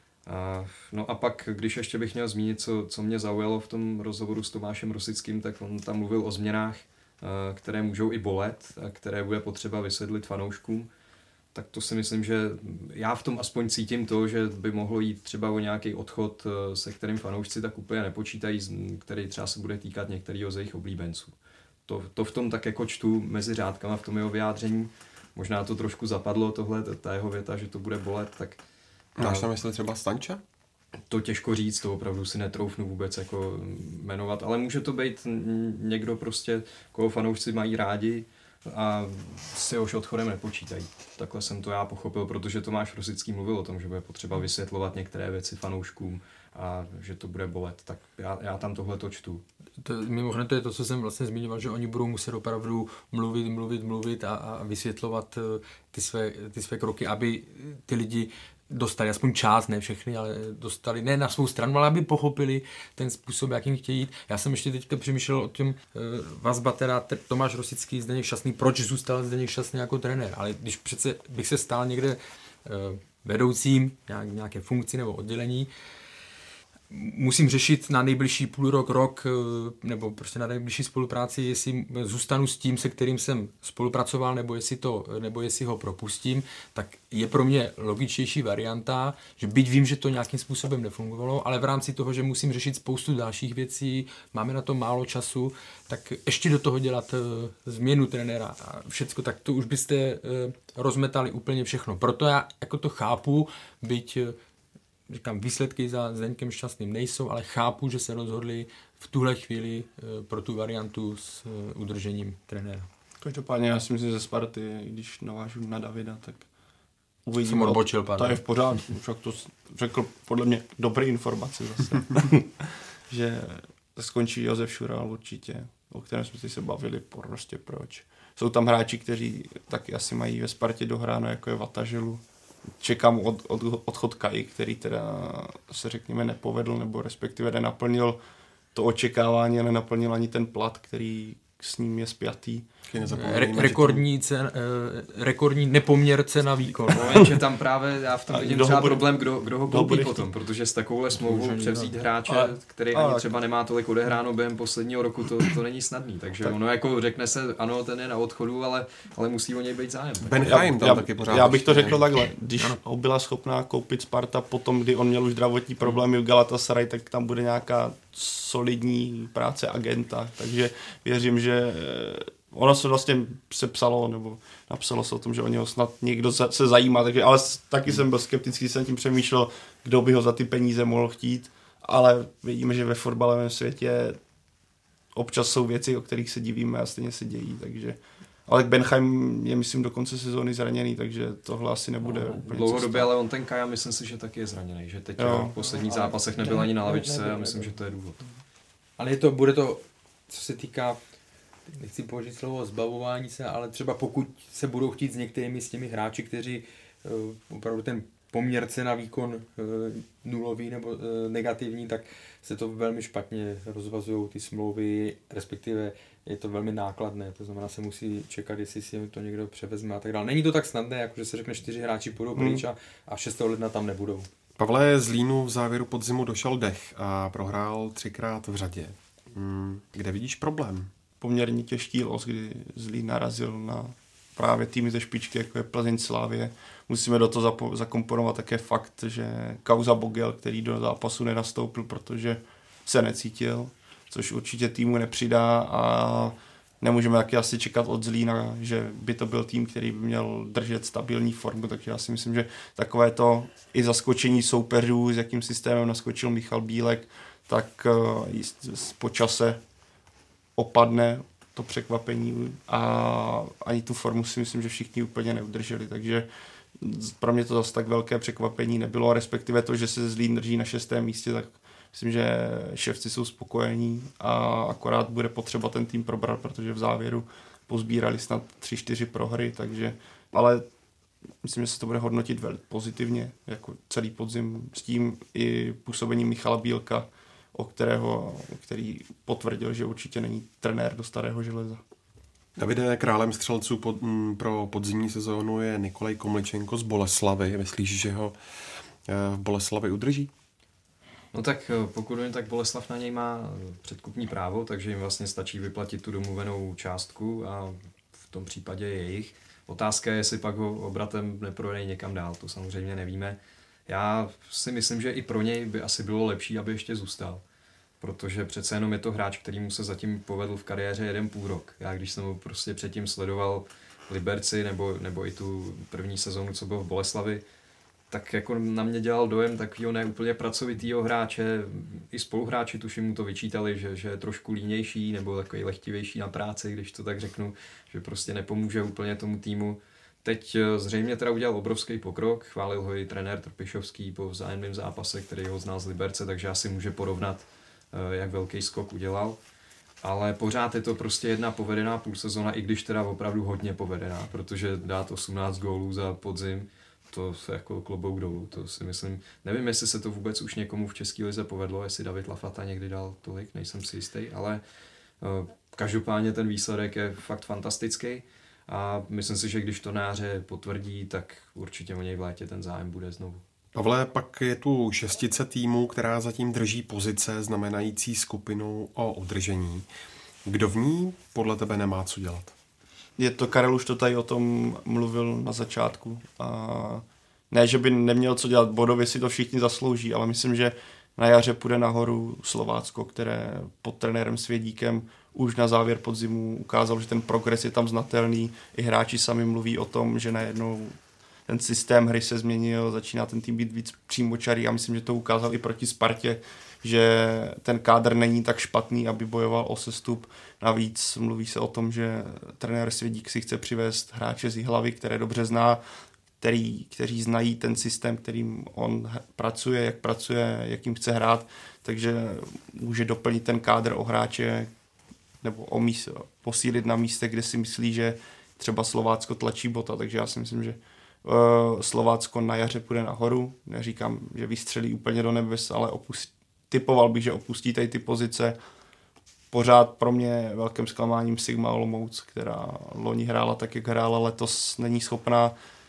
No a pak, když ještě bych měl zmínit, co mě zaujalo v tom rozhovoru s Tomášem Rosickým, tak on tam mluvil o změnách, které můžou i bolet a které bude potřeba vysvětlit fanouškům. Tak to si myslím, že já v tom aspoň cítím to, že by mohlo jít třeba o nějaký odchod, se kterým fanoušci tak úplně nepočítají, který třeba se bude týkat některého z jejich oblíbenců. To v tom tak jako čtu mezi řádkama v tom jeho vyjádření. Možná to trošku zapadlo tohle, ta jeho věta, že to bude bolet, tak... Máš na mysli třeba Stanča? To těžko říct, to opravdu si netroufnu vůbec jako jmenovat, ale může to být někdo prostě, koho fanoušci mají rádi a s jehož odchodem nepočítají. Takhle jsem to já pochopil, protože Tomáš Rosický mluvil o tom, že bude potřeba vysvětlovat některé věci fanouškům a že to bude bolet, tak já tam tohle to čtu. Mimochodem to je to, co jsem vlastně zmiňoval, že oni budou muset opravdu mluvit a vysvětlovat ty své kroky, aby ty lidi dostali aspoň část, ne všechny, ale dostali ne na svou stranu, ale aby pochopili ten způsob, jakým chtějí jít. Já jsem ještě teďka přemýšlel o tom vazba teda Tomáš Rosický, Zdeněk Šťastný, proč zůstal Zdeněk Šťastný jako trenér, ale když přece bych se stál někde vedoucím nějaké funkci nebo oddělení, musím řešit na nejbližší rok, nebo prostě na nejbližší spolupráci, jestli zůstanu s tím, se kterým jsem spolupracoval, nebo jestli ho propustím, tak je pro mě logičtější varianta, že byť vím, že to nějakým způsobem nefungovalo, ale v rámci toho, že musím řešit spoustu dalších věcí, máme na to málo času, tak ještě do toho dělat změnu trenéra a všecko, tak to už byste rozmetali úplně všechno. Proto já jako to chápu, byť říkám, výsledky za Zdeňkem Šťastným nejsou, ale chápu, že se rozhodli v tuhle chvíli pro tu variantu s udržením trenéra. Každopádně já si myslím, že ze Sparty, když navážu na Davida, tak uvidíme. Jsem odbočil, pardon. To je v pořádku, však to řekl podle mě dobrý informace zase. Že skončí Josef Šural určitě, o kterém jsme se bavili, prostě proč. Jsou tam hráči, kteří taky asi mají ve Spartě dohráno, jako je Vataželu. Čekám odchod Kai, který teda se řekněme nepovedl, nebo respektive nenaplnil to očekávání a nenaplnil ani ten plat, který s ním je spjatý. Rekordní nepoměr cena výkon. Jenže tam právě já v tom vidím třeba problém, kdo ho koupí potom, protože s takovouhle smlouvou převzít hráče, který ani třeba nemá tolik odehráno během posledního roku, to není snadný. Takže ono jako řekne se, ano, ten je na odchodu, ale musí o něj být zájem. Benheim tam taky pořád. Já bych to řekl takhle, když ho byla schopná koupit Sparta potom, kdy on měl už zdravotní problémy v Galatasaray, tak tam bude nějaká solidní práce agenta, takže věřím, že ono se vlastně sepsalo, nebo napsalo se o tom, že o něho snad někdo se zajímá, takže, ale taky jsem byl skeptický, jsem tím přemýšlel, kdo by ho za ty peníze mohl chtít, ale vidíme, že ve fotbalovém světě občas jsou věci, o kterých se divíme a stejně se dějí, takže ale Benheim je, myslím, do konce sezóny zraněný, takže tohle asi nebude úplně dlouhodobě, ale on ten Kaja, myslím si, že taky je zraněný, že teď v posledních zápasech nebyl ani na lavičce a myslím, že to je důvod. Ale bude to, co se týká, nechci použít slovo zbavování se, ale třeba pokud se budou chtít s některými z těmi hráči, kteří opravdu ten poměr cena výkon nulový nebo negativní, tak se to velmi špatně rozvazují ty smlouvy, respektive je to velmi nákladné, to znamená, se musí čekat, jestli si to někdo převezme a tak dále. Není to tak snadné, jako že se řekne 4 hráči půjdou pryč a 6. ledna tam nebudou. Pavle, Zlínu v závěru podzimu došel dech a prohrál 3krát v řadě. Kde vidíš problém? Poměrně těžký los, kdy Zlín narazil na právě týmy ze špičky, jako je Plzeň, Slavie. Musíme do toho zakomponovat také fakt, že kauza Bogel, který do zápasu nenastoupil, protože se necítil, což určitě týmu nepřidá a nemůžeme taky asi čekat od Zlína, že by to byl tým, který by měl držet stabilní formu, takže já si myslím, že takové to i zaskočení soupeřů, s jakým systémem naskočil Michal Bílek, tak po čase opadne to překvapení a ani tu formu si myslím, že všichni úplně neudrželi, takže pro mě to zase tak velké překvapení nebylo, respektive to, že se Zlín drží na 6. místě, tak myslím, že šéfci jsou spokojení a akorát bude potřeba ten tým probrat, protože v závěru pozbírali snad 3-4 prohry, takže, ale myslím, že se to bude hodnotit velmi pozitivně, jako celý podzim s tím i působení Michala Bílka, který potvrdil, že určitě není trenér do starého železa. Davide, králem střelců pro podzimní sezónu je Nikolaj Komličenko z Boleslavy. Myslíš, že ho v Boleslavi udrží? No tak pokud jen tak Boleslav na něj má předkupní právo, takže jim vlastně stačí vyplatit tu domluvenou částku a v tom případě je jejich. Otázka je, jestli pak ho obratem neprodají někam dál, to samozřejmě nevíme. Já si myslím, že i pro něj by asi bylo lepší, aby ještě zůstal. Protože přece jenom je to hráč, který mu se zatím povedl v kariéře 1,5 rok. Já když jsem ho prostě předtím sledoval v Liberci nebo i tu první sezónu, co byl v Boleslavi, tak jako na mě dělal dojem takového neúplně pracovitýho hráče. I spoluhráči tuším mu to vyčítali, že je trošku línější nebo takový lehtivější na práci, když to tak řeknu, že prostě nepomůže úplně tomu týmu. Teď zřejmě teda udělal obrovský pokrok, chválil ho i trenér Trpišovský po vzájemném zápase, který ho znal z Liberce, takže asi může porovnat, jak velký skok udělal. Ale pořád je to prostě jedna povedená půlsezona, i když teda opravdu hodně povedená, protože dát 18 gólů za podzim, to se jako klobouk dolů, to si myslím. Nevím, jestli se to vůbec už někomu v české lize povedlo, jestli David Lafata někdy dal tolik, nejsem si jistý, ale každopádně ten výsledek je fakt fantastický a myslím si, že když to na jaře potvrdí, tak určitě o něj v létě ten zájem bude znovu. Pavle, pak je tu 6 týmů, která zatím drží pozice znamenající skupinu o udržení. Kdo v ní podle tebe nemá co dělat? Je to, Karel už to tady o tom mluvil na začátku. A ne, že by neměl co dělat, bodově si to všichni zaslouží, ale myslím, že na jaře půjde nahoru Slovácko, které pod trenérem Svědíkem už na závěr podzimu ukázal, že ten progres je tam znatelný. I hráči sami mluví o tom, že najednou ten systém hry se změnil, začíná ten tým být víc přímočarý a myslím, že to ukázal i proti Spartě, že ten kádr není tak špatný, aby bojoval o sestup. Navíc mluví se o tom, že trenér Svědík si chce přivést hráče z Jihlavy, které dobře zná, kteří znají ten systém, kterým on pracuje, jakým chce hrát, takže může doplnit ten kádr o hráče nebo posílit na místě, kde si myslí, že třeba Slovácko tlačí bota, takže já si myslím, že Slovácko na jaře půjde nahoru. Neříkám, že vystřelí úplně do nebes, ale typoval bych, že opustí tady ty pozice. Pořád pro mě velkým zklamáním Sigma Olomouc, která loni hrála tak, jak hrála, letos není schopná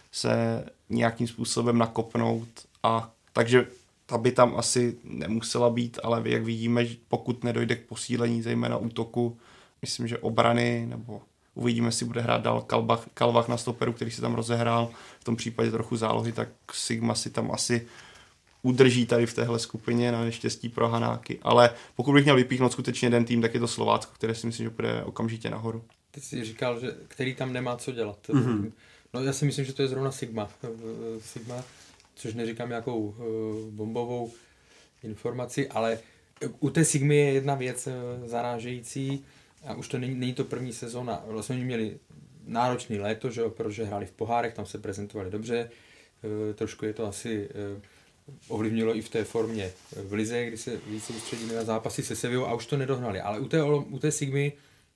se nějakým způsobem nakopnout. A takže ta by tam asi nemusela být, ale jak vidíme, pokud nedojde k posílení, zejména útoku, myslím, že obrany, nebo uvidíme, jestli bude hrát dál Kalvach na stoperu, který se tam rozehrál, v tom případě trochu zálohy, tak Sigma si tam asi udrží tady v téhle skupině na neštěstí pro Hanáky. Ale pokud bych měl vypíchnout skutečně jeden tým, tak je to Slovácko, které si myslím, že bude okamžitě nahoru. Ty jsi říkal, že který tam nemá co dělat. Mm-hmm. No já si myslím, že to je zrovna Sigma. Sigma, což neříkám nějakou bombovou informaci, ale u té Sigmy je jedna věc zarážející a už to není to první sezóna. Vlastně oni měli náročný léto, že, protože hráli v pohárech, tam se prezentovali dobře. Trošku je to asi ovlivnilo i v té formě v lize, kdy se více soustředili na zápasy se Sevillou a už to nedohnali. Ale u té Sigmy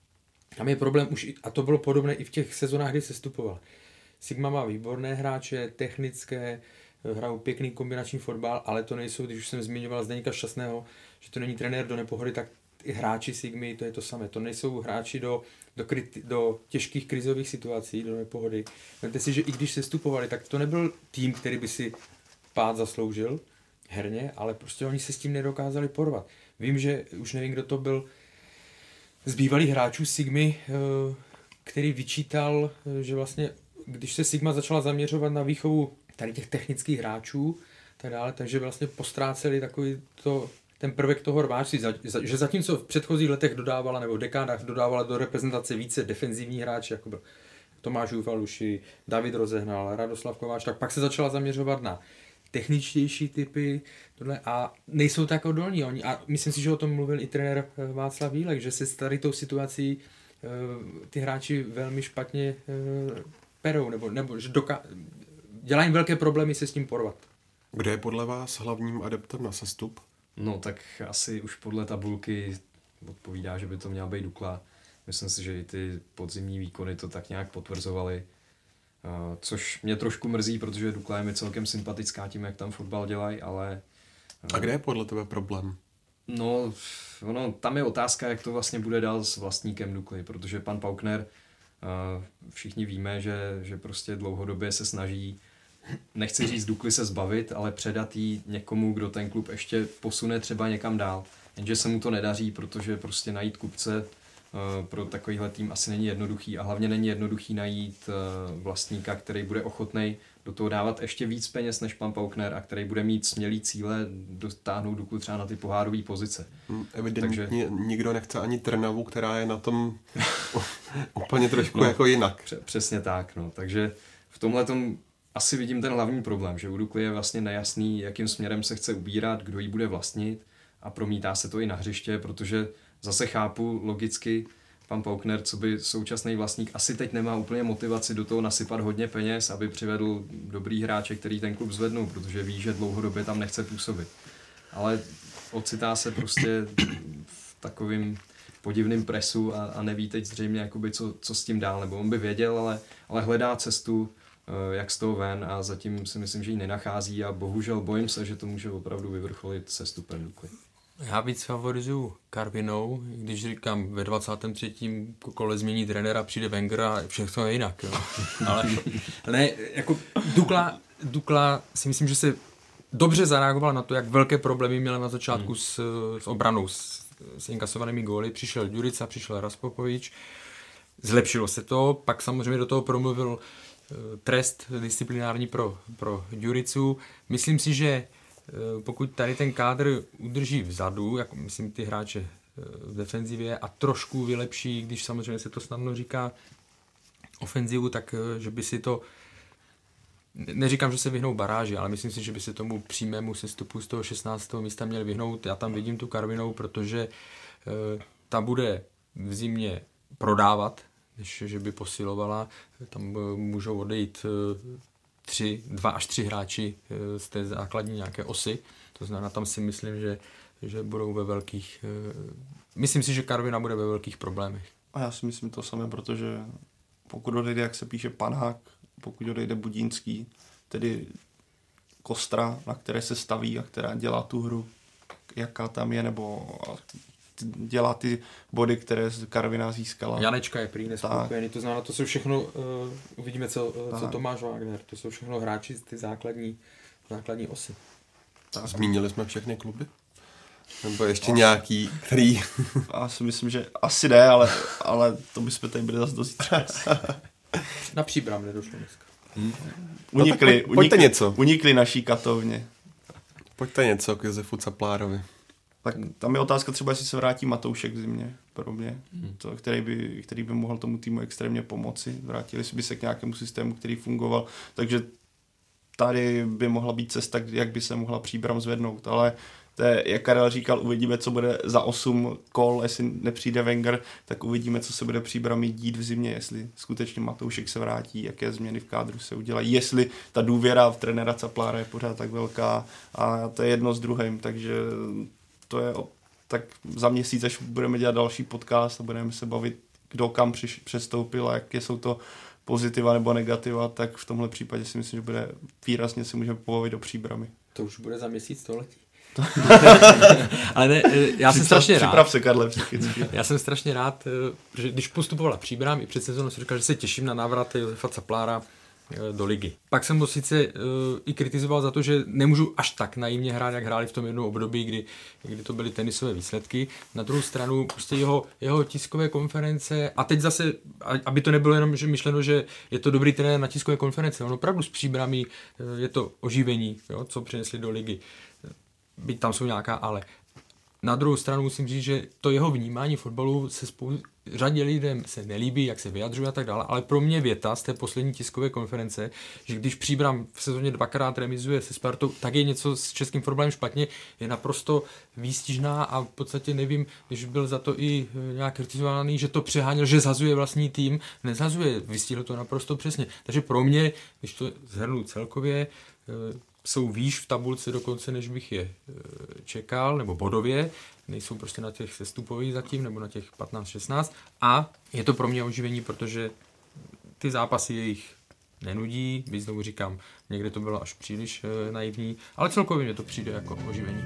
tam je problém už, a to bylo podobné i v těch sezónách, kdy se stupoval. Sigma má výborné hráče, technické, hrajou pěkný kombinační fotbal, ale to nejsou, když už jsem zmiňoval Zdeňka Šťastného, že to není trenér do nepohody, tak i hráči Sigmy, to je to samé. To nejsou hráči do těžkých krizových situací, do nepohody. Vemte si, že i když se stupovali, tak to nebyl tým, který by si pád zasloužil herně, ale prostě oni se s tím nedokázali porvat. Vím, že už nevím, kdo to byl z bývalých hráčů Sigmy, který vyčítal, že vlastně, když se Sigma začala zaměřovat na výchovu tady těch technických hráčů, tak dále, takže vlastně postráceli takový ten prvek toho rváčství, že zatímco v předchozích letech dodávala, nebo v dekádách dodávala do reprezentace více defenzivní hráči, jako byl Tomáš Ufaluši, David Rozehnal, Radoslav Kováč, tak pak se začala zaměřovat na techničtější typy tohle, a nejsou tak odolní oni. A myslím si, že o tom mluvil i trenér Václav Vílek, že se s tady tou situací ty hráči velmi špatně perou, nebo že dělají velké problémy se s tím porvat. Kde je podle vás hlavním adeptem na sestup? No tak asi už podle tabulky odpovídá, že by to měla být Dukla. Myslím si, že i ty podzimní výkony to tak nějak potvrzovaly. Což mě trošku mrzí, protože Dukla je mi celkem sympatická tím, jak tam fotbal dělají, ale... A kde je podle tebe problém? No, tam je otázka, jak to vlastně bude dál s vlastníkem Dukly, protože pan Paukner, všichni víme, že prostě dlouhodobě se snaží, nechci říct Dukly se zbavit, ale předat jí někomu, kdo ten klub ještě posune třeba někam dál. Jenže se mu to nedaří, protože prostě najít kupce pro takovýhle tým asi není jednoduchý a hlavně není jednoduchý najít vlastníka, který bude ochotnej do toho dávat ještě víc peněz než pan Paukner a který bude mít smělý cíle dotáhnout Duklu třeba na ty pohárové pozice. Evidentně nikdo nechce ani Trnavu, která je na tom úplně trošku jako jinak. Přesně tak, no. Takže v tomhletom asi vidím ten hlavní problém, že u Dukly je vlastně nejasný, jakým směrem se chce ubírat, kdo ji bude vlastnit a promítá se to i na hřiště, protože zase chápu logicky, pan Paukner, co by současný vlastník, asi teď nemá úplně motivaci do toho nasypat hodně peněz, aby přivedl dobrý hráče, který ten klub zvednou, protože ví, že dlouhodobě tam nechce působit. Ale ocitá se prostě v takovým podivným presu a neví teď zřejmě, jakoby, co s tím dál, nebo on by věděl, ale hledá cestu, jak z toho ven, a zatím si myslím, že ji nenachází a bohužel bojím se, že to může opravdu vyvrcholit sestupem Dukly. Já víc favorizuju Karvinou, když říkám, ve 23. kole změní trenéra, přijde Wenger a všechno je jinak. Jo. Ale ne, jako Dukla si myslím, že se dobře zareagovala na to, jak velké problémy měla na začátku s obranou, s inkasovanými góly. Přišel Ďurica, přišel Raspopovič, zlepšilo se to, pak samozřejmě do toho promluvil trest disciplinární pro Ďuricu. Myslím si, že pokud tady ten kádr udrží vzadu, jako myslím ty hráče v defenzivě, a trošku vylepší, když samozřejmě se to snadno říká, ofenzivu, tak že by si to, neříkám, že se vyhnou baráži, ale myslím si, že by se tomu přímému sestupu z toho 16. místa měli vyhnout. Já tam vidím tu Karvinou, protože ta bude v zimě prodávat, než že by posilovala. Tam můžou odejít 2 až 3 hráči z té základní nějaké osy. To znamená, tam si myslím, že budou ve velkých... Myslím si, že Karviná bude ve velkých problémech. A já si myslím to samé, protože pokud odejde, jak se píše, Panhák, pokud odejde Budínský, tedy kostra, na které se staví a která dělá tu hru, jaká tam je, nebo dělá ty body, které Karviná získala. Janečka je prý nespokojený, to znamená, to jsou všechno, uvidíme, co Tomáš Wagner, to jsou všechno hráči z ty základní osy. Tak. Zmínili jsme všechny kluby? Nebo ještě nějaký, který... Já si myslím, že asi ne, ale to bychom tady byli zase do zítřka. Na Příbram nedošlo dneska. Unikli naší katovně. Pojďte něco k Josefu Caplárovi. Tak tam je otázka třeba, jestli se vrátí Matoušek v zimě, pro mě, který by mohl tomu týmu extrémně pomoci. Vrátili by se k nějakému systému, který fungoval, takže tady by mohla být cesta, jak by se mohla Příbram zvednout, ale to je, jak Karel říkal, uvidíme, co bude za 8 kol, jestli nepřijde Wenger, tak uvidíme, co se bude Příbrami dít v zimě, jestli skutečně Matoušek se vrátí, jaké změny v kádru se udělají, jestli ta důvěra v trenéra Caplára je pořád tak velká, a to je jedno s druhým, takže to je tak za měsíc, až budeme dělat další podcast a budeme se bavit, kdo kam přestoupil a jaké jsou to pozitiva nebo negativa, tak v tomhle případě si myslím, že bude výrazně se můžeme pobavit do Příbrami. To už bude za měsíc století. Ale ne, já jsem strašně rád. Připrav se, Karle. Já jsem strašně rád, že když postupovala Příbram, i před sezónou jsem říkal, že se těším na návrat Josefa Caplára do ligy. Pak jsem ho sice i kritizoval za to, že nemůžu až tak naivně hrát, jak hráli v tom jednom období, kdy to byly tenisové výsledky. Na druhou stranu prostě jeho tiskové konference, a teď zase, aby to nebylo jenom že myšleno, že je to dobrý trenér na tiskové konference, on opravdu s Příbrami je to oživení, jo, co přinesli do ligy. Byť tam jsou nějaká ale. Na druhou stranu musím říct, že to jeho vnímání fotbalu se řadě lidem se nelíbí, jak se vyjadřuje a tak dále, ale pro mě věta z té poslední tiskové konference, že když Příbram v sezóně 2krát remizuje se Spartou, tak je něco s českým fotbalem špatně, je naprosto výstižná a v podstatě nevím, když byl za to i nějak kritizovaný, že to přeháněl, že zhazuje vlastní tým, nezhazuje, vystihl to naprosto přesně. Takže pro mě, když to shrnu celkově, jsou výš v tabulce dokonce, než bych je čekal, nebo bodově, nejsou prostě na těch sestupových zatím, nebo na těch 15-16 a je to pro mě oživení, protože ty zápasy jejich nenudí, byť znovu říkám, někde to bylo až příliš naivní, ale celkově mě to přijde jako oživení.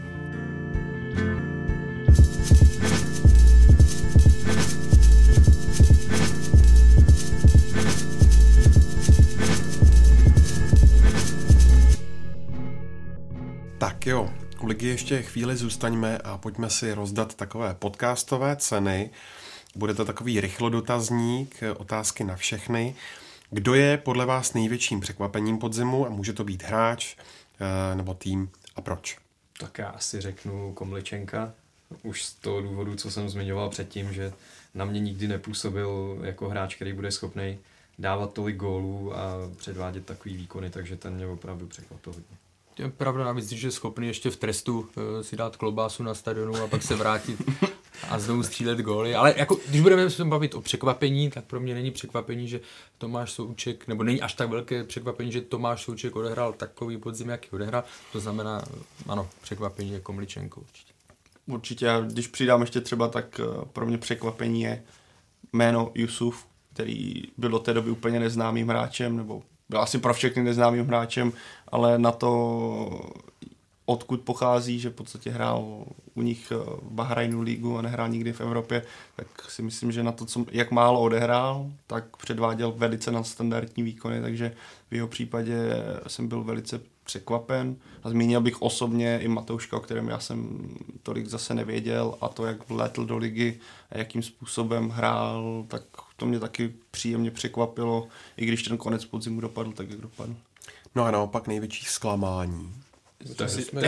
Tak jo, u ligy ještě chvíli zůstaňme a pojďme si rozdat takové podcastové ceny. Bude to takový rychlodotazník, otázky na všechny. Kdo je podle vás největším překvapením podzimu a může to být hráč nebo tým a proč? Tak já asi řeknu Komličenka. Už z toho důvodu, co jsem zmiňoval předtím, že na mě nikdy nepůsobil jako hráč, který bude schopný dávat tolik gólů a předvádět takový výkony, takže ten mě opravdu překvapil hodně. Je pravda navíc, že je schopný ještě v trestu si dát klobásu na stadionu a pak se vrátit a znovu střílet góly. Ale jako, když budeme se bavit o překvapení, tak pro mě není překvapení, že Tomáš Souček, nebo není až tak velké překvapení, že Tomáš Souček odehrál takový podzim, jaký odehrál. To znamená, ano, překvapení je Komličenko určitě. Určitě, a když přidám ještě třeba, tak pro mě překvapení je jméno Jusuf, který byl do té doby úplně neznámým hráčem, nebo byl asi pro všechny neznámým hráčem, ale na to, odkud pochází, že v podstatě hrál u nich v Bahrajnu ligu a nehrál nikdy v Evropě, tak si myslím, že na to, jak málo odehrál, tak předváděl velice nadstandardní výkony, takže v jeho případě jsem byl velice překvapen. A zmínil bych osobně i Matouška, o kterém já jsem tolik zase nevěděl, a to, jak vlétl do ligy a jakým způsobem hrál, tak to mě taky příjemně překvapilo, i když ten konec podzimu dopadl tak, jak dopadl. No a naopak největší zklamání. To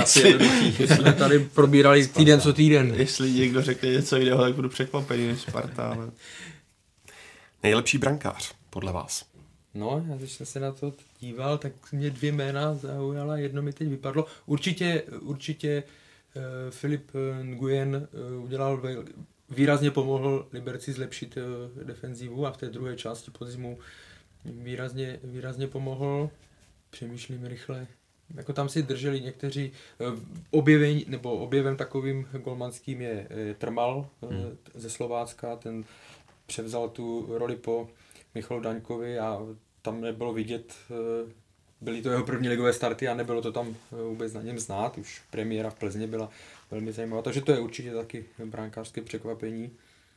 jsme tady probírali týden co týden. Jestli někdo řekne něco jiného, tak budu překvapený než Sparta. Ale... Nejlepší brankář, podle vás? No, já když jsem se na to díval, tak mě 2 jména zaujala, jedno mi teď vypadlo. Určitě Filip Nguyen výrazně pomohl Liberci zlepšit defenzivu a v té druhé části podzimu výrazně pomohl. Přemýšlím rychle. Jako tam si drželi někteří objevem takovým golmanským je Trmal ze Slovácka, ten převzal tu roli po Michalu Daňkovi a tam nebylo vidět, byly to jeho první ligové starty a nebylo to tam vůbec na něm znát, už premiéra v Plzni byla velmi zajímavá, takže to je určitě taky brankářské překvapení.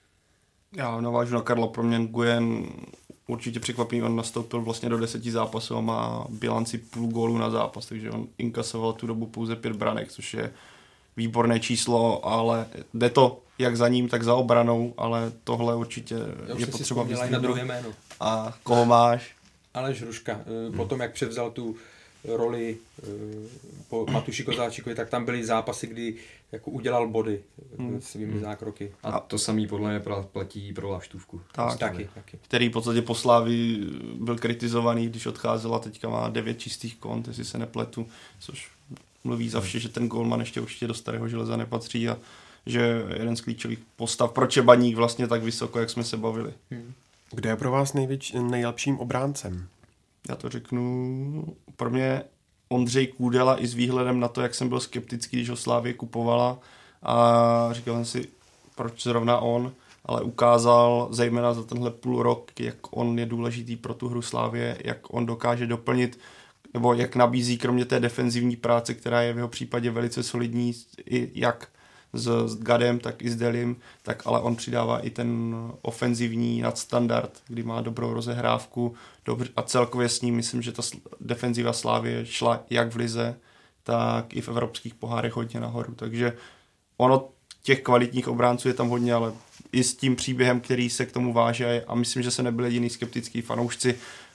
Já navážu na Karla, pro mě Nguyen určitě překvapení, on nastoupil vlastně do 10 zápasů a má bilanci půl gólu na zápas, takže on inkasoval tu dobu pouze 5 branek, což je výborné číslo, ale jde to jak za ním, tak za obranou, ale tohle určitě je potřeba vyzdvihnout. Na druhé jméno. A koho máš? Aleš Hruška. Potom, jak převzal tu roli po Matuši Kozáčikovi, tak tam byly zápasy, kdy jako udělal body svými zákroky. A to samý podle mě platí pro Laštůvku. Taky. Který v podstatě po Slávii byl kritizovaný, když odcházel a teďka má 9 čistých kont, jestli se nepletu, což mluví za vše, že ten golman ještě určitě do starého železa nepatří a že jeden z klíčových postav, proč je Baník vlastně tak vysoko, jak jsme se bavili. Kdo je pro vás nejlepším obráncem? Já to řeknu, pro mě Ondřej Kůdela i s výhledem na to, jak jsem byl skeptický, když ho Slávie kupovala a říkal jsem si, proč zrovna on, ale ukázal zejména za tenhle půl rok, jak on je důležitý pro tu hru Slávie, jak on dokáže doplnit, nebo jak nabízí kromě té defenzivní práce, která je v jeho případě velice solidní, i jak s Gadem, tak i s Delim, tak ale on přidává i ten ofenzivní nadstandard, kdy má dobrou rozehrávku a celkově s ním myslím, že ta defenziva Slávie šla jak v lize, tak i v evropských pohárech hodně nahoru, takže ono těch kvalitních obránců je tam hodně, ale i s tím příběhem, který se k tomu váže a myslím, že se nebyli jediný skeptický fanoušci,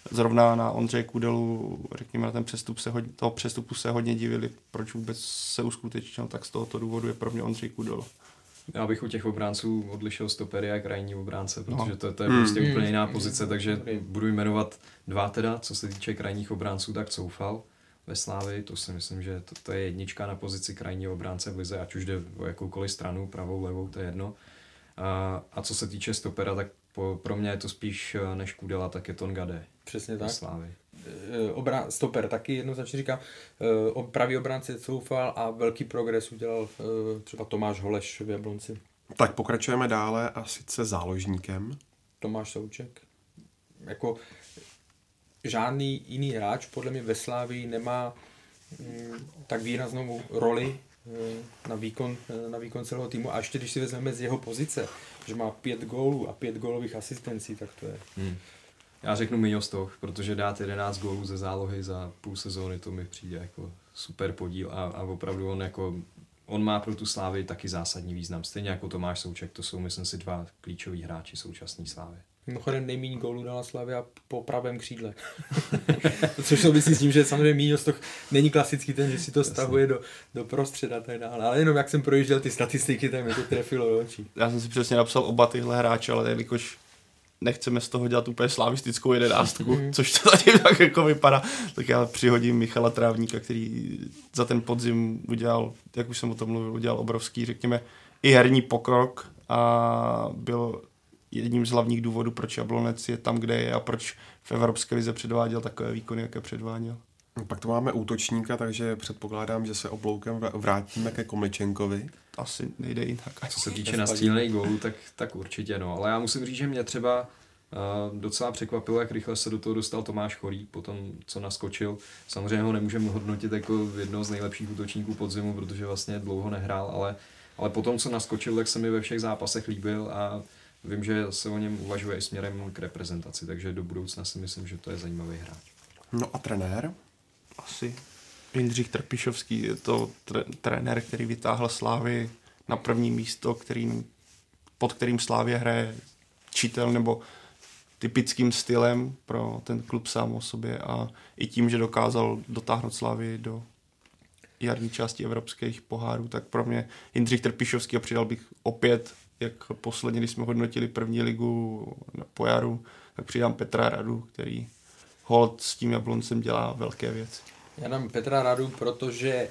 zrovna na Ondřeje Kudelu, řekněme, na ten přestupu se hodně divili, proč vůbec se uskutečnil, tak z tohoto důvodu je pro mě Ondřej Kudel. Já bych u těch obránců odlišil stopery a krajní obránce, protože to je prostě úplně jiná pozice, takže budu jmenovat 2 teda, co se týče krajních obránců, tak Coufal ve Slávii, to si myslím, že to je jednička na pozici krajního obránce v lize, ať už jde o jakoukoliv stranu, pravou, levou, to je jedno. A co se týče stopera, tak pro mě je to spíš než Kudela, tak je to Ngade. Přesně tak. Slávy. Stoper taky jednoznačně říkám. Pravý obránce Coufal a velký progres udělal třeba Tomáš Holeš v Jablonci. Tak pokračujeme dále a sice záložníkem. Tomáš Souček. Jako žádný jiný hráč podle mě ve Slávii nemá tak výraznou roli na výkon celého týmu. A ještě když si vezmeme z jeho pozice, že má 5 gólů a 5 gólových asistencí, tak to je... Já řeknu Miňostoch, protože dát 11 gólů ze zálohy za půl sezóny, to mi přijde jako super podíl a opravdu on má pro tu Slávy taky zásadní význam. Stejně jako Tomáš Souček, to jsou, myslím si, 2 klíčoví hráči současné Slávy. Mimochodem nejméně gólů dala Slavia po pravém křídle. Což souvisí s tím, že samozřejmě Míňostoch není klasický ten, že si to stahuje do prostřed a tak dále. Ale jenom jak jsem projížděl ty statistiky, tak mi to trefilo do očí. Já jsem si přesně napsal oba tyhle hráče, ale jelikož nechceme z toho dělat úplně slavistickou 11, což to zatím tak jako vypadá, tak já přihodím Michala Trávníka, který za ten podzim udělal, jak už jsem o tom mluvil, udělal obrovský, řekněme, i herní pokrok a byl jedním z hlavních důvodů, proč Jablonec je tam, kde je a proč v Evropské lize předváděl takové výkony, jaké předváděl. Pak tu máme útočníka, takže předpokládám, že se obloukem vrátíme ke Komličenkovi. Asi nejde jinak. Co se týče nastřílených gólů, tak určitě no. Ale já musím říct, že mě třeba docela překvapilo, jak rychle se do toho dostal Tomáš Chorý, potom co naskočil. Samozřejmě ho nemůžeme hodnotit jako jednoho z nejlepších útočníků podzimu, protože vlastně dlouho nehrál, ale potom co naskočil, tak se mi ve všech zápasech líbil a vím, že se o něm uvažuje i směrem k reprezentaci, takže do budoucna si myslím, že to je zajímavý hráč. No a trenér? Asi Jindřich Trpišovský, je to trenér, který vytáhl Slávy na první místo, pod kterým Slávě hraje čitel nebo typickým stylem pro ten klub sám o sobě a i tím, že dokázal dotáhnout Slávy do jarní části evropských pohárů, tak pro mě Jindřich Trpišovský a přidal bych opět, jak posledně, když jsme hodnotili první ligu po jaru, tak přidám Petra Radu, který holt s tím Jabloncem dělá velké věci. Já dám Petra Radu, protože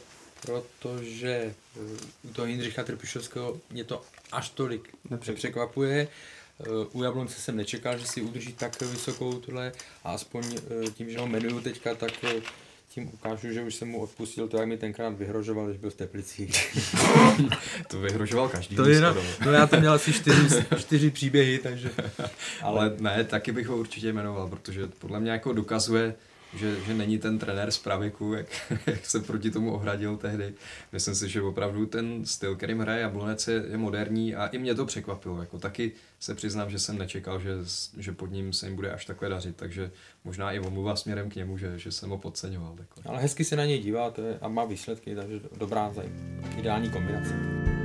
u toho Jindřicha Trpišovského mě to až tolik nepřekvapuje. U Jablonce jsem nečekal, že si udrží tak vysokou tohle a aspoň tím, že ho jmenuju teďka, tak tím ukážu, že už jsem mu odpustil to, jak mi tenkrát vyhrožoval, když byl v Teplicích. To vyhrožoval každý. No já to měl asi 4 příběhy, takže... Ale ne, taky bych ho určitě jmenoval, protože podle mě jako dokazuje, že není ten trenér z pravěku, jak se proti tomu ohradil tehdy. Myslím si, že opravdu ten styl, kterým hraje Jablonec, je moderní a i mě to překvapilo. Jako taky se přiznám, že jsem nečekal, že pod ním se jim bude až takhle dařit, takže možná i omluva směrem k němu, že jsem ho podceňoval. Takhle. Ale hezky se na něj dívá a má výsledky, takže dobrá, ideální kombinace.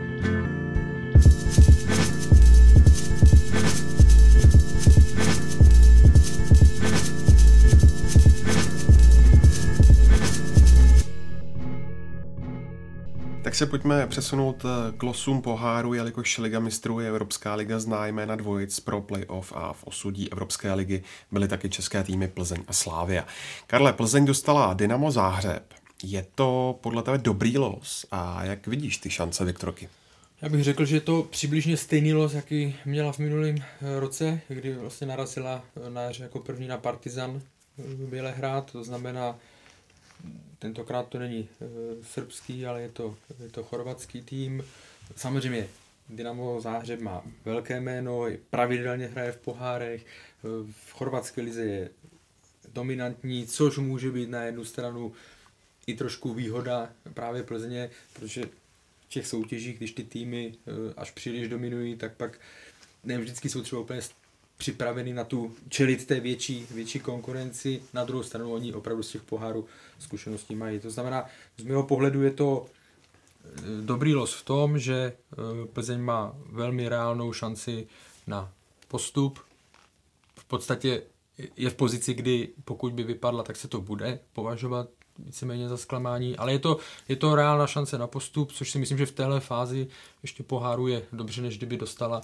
Tak se pojďme přesunout k losům poháru, jelikož Liga mistrů je Evropská liga zná jména dvojic pro playoff a v osudí Evropské ligy byly taky české týmy Plzeň a Slavia. Karle, Plzeň dostala Dynamo Záhřeb. Je to podle tebe dobrý los a jak vidíš ty šance Viktorky? Já bych řekl, že je to přibližně stejný los, jaký měla v minulém roce, kdy vlastně narazila na jaře jako první na Partizan Bělehrad, to znamená, tentokrát to není srbský, ale je to chorvatský tým. Samozřejmě Dynamo Záhřeb má velké jméno, pravidelně hraje v pohárech, v chorvatské lize je dominantní, což může být na jednu stranu i trošku výhoda právě Plzně, protože v těch soutěžích, když ty týmy až příliš dominují, tak pak ne vždycky jsou třeba úplně připraveni na tu čelit té větší konkurenci. Na druhou stranu oni opravdu z těch pohárů zkušeností mají. To znamená, z mého pohledu je to dobrý los v tom, že Plzeň má velmi reálnou šanci na postup. V podstatě je v pozici, kdy pokud by vypadla, tak se to bude považovat víceméně za zklamání, ale je to reálná šance na postup, což si myslím, že v téhle fázi ještě poháru je dobře, než kdyby dostala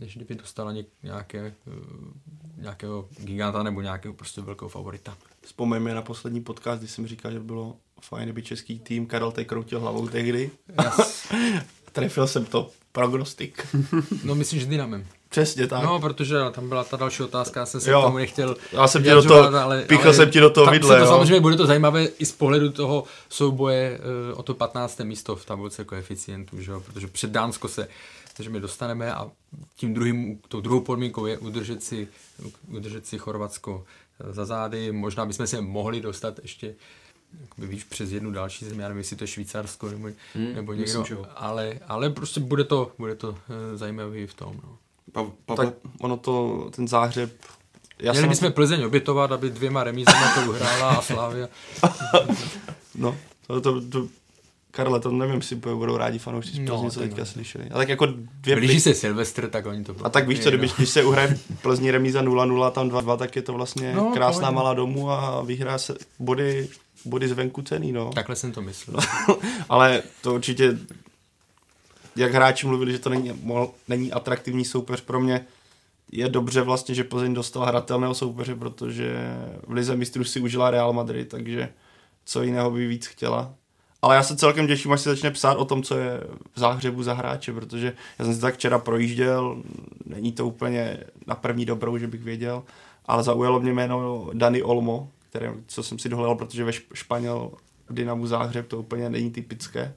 nějakého giganta nebo nějakého prostě velkého favorita. Vzpomeňme na poslední podcast, kdy jsem říkal, že bylo fajn, kdyby český tým Karel teď kroutil hlavou tehdy. Trefil jsem to. Prognostik. No myslím, že Dynamem. Přesně tak. No, protože tam byla ta další otázka, já jsem se k tomu nechtěl. Já jsem ti do toho, píchl jsem ti do toho vidle. To samozřejmě bude to zajímavé i z pohledu toho souboje o to 15. místo v tabulce koeficientů, že jo? Protože před Dánsko se my dostaneme a tou druhou podmínkou je udržet si Chorvatsko za zády. Možná bychom se mohli dostat ještě víš, přes jednu další zemi, já nevím, jestli to je Švýcarsko nebo někdo, myslím, ale prostě bude to zajímavý v tom. No. Tak ono to, ten Záhřeb... Měli bychom Plzeň obětovat, aby 2 remízama to uhrála a Slavia. No, to Karle, to nevím, jestli budou rádi fanoušci z Plzně, co teďka slyšeli. A tak jako Blíží se Silvestr, tak oni to budou. A tak víš co, když se uhraje v Plzni remíza 0-0, tam 2-2, tak je to vlastně krásná malá domů a vyhrá se body zvenku cený, no. Takhle jsem to myslel. Ale to určitě, jak hráči mluvili, že to není atraktivní soupeř pro mě, je dobře vlastně, že Plzeň dostal hratelného soupeře, protože v Lize mistrů si užila Real Madrid, takže co jiného by víc chtěla. Ale já se celkem těším, až se začne psát o tom, co je v Záhřebu za hráče, protože já jsem si tak včera projížděl, není to úplně na první dobrou, že bych věděl, ale zaujalo mě jméno Dani Olmo, co jsem si dohledal, protože ve Španěl v Dynamu Záhřeb to úplně není typické.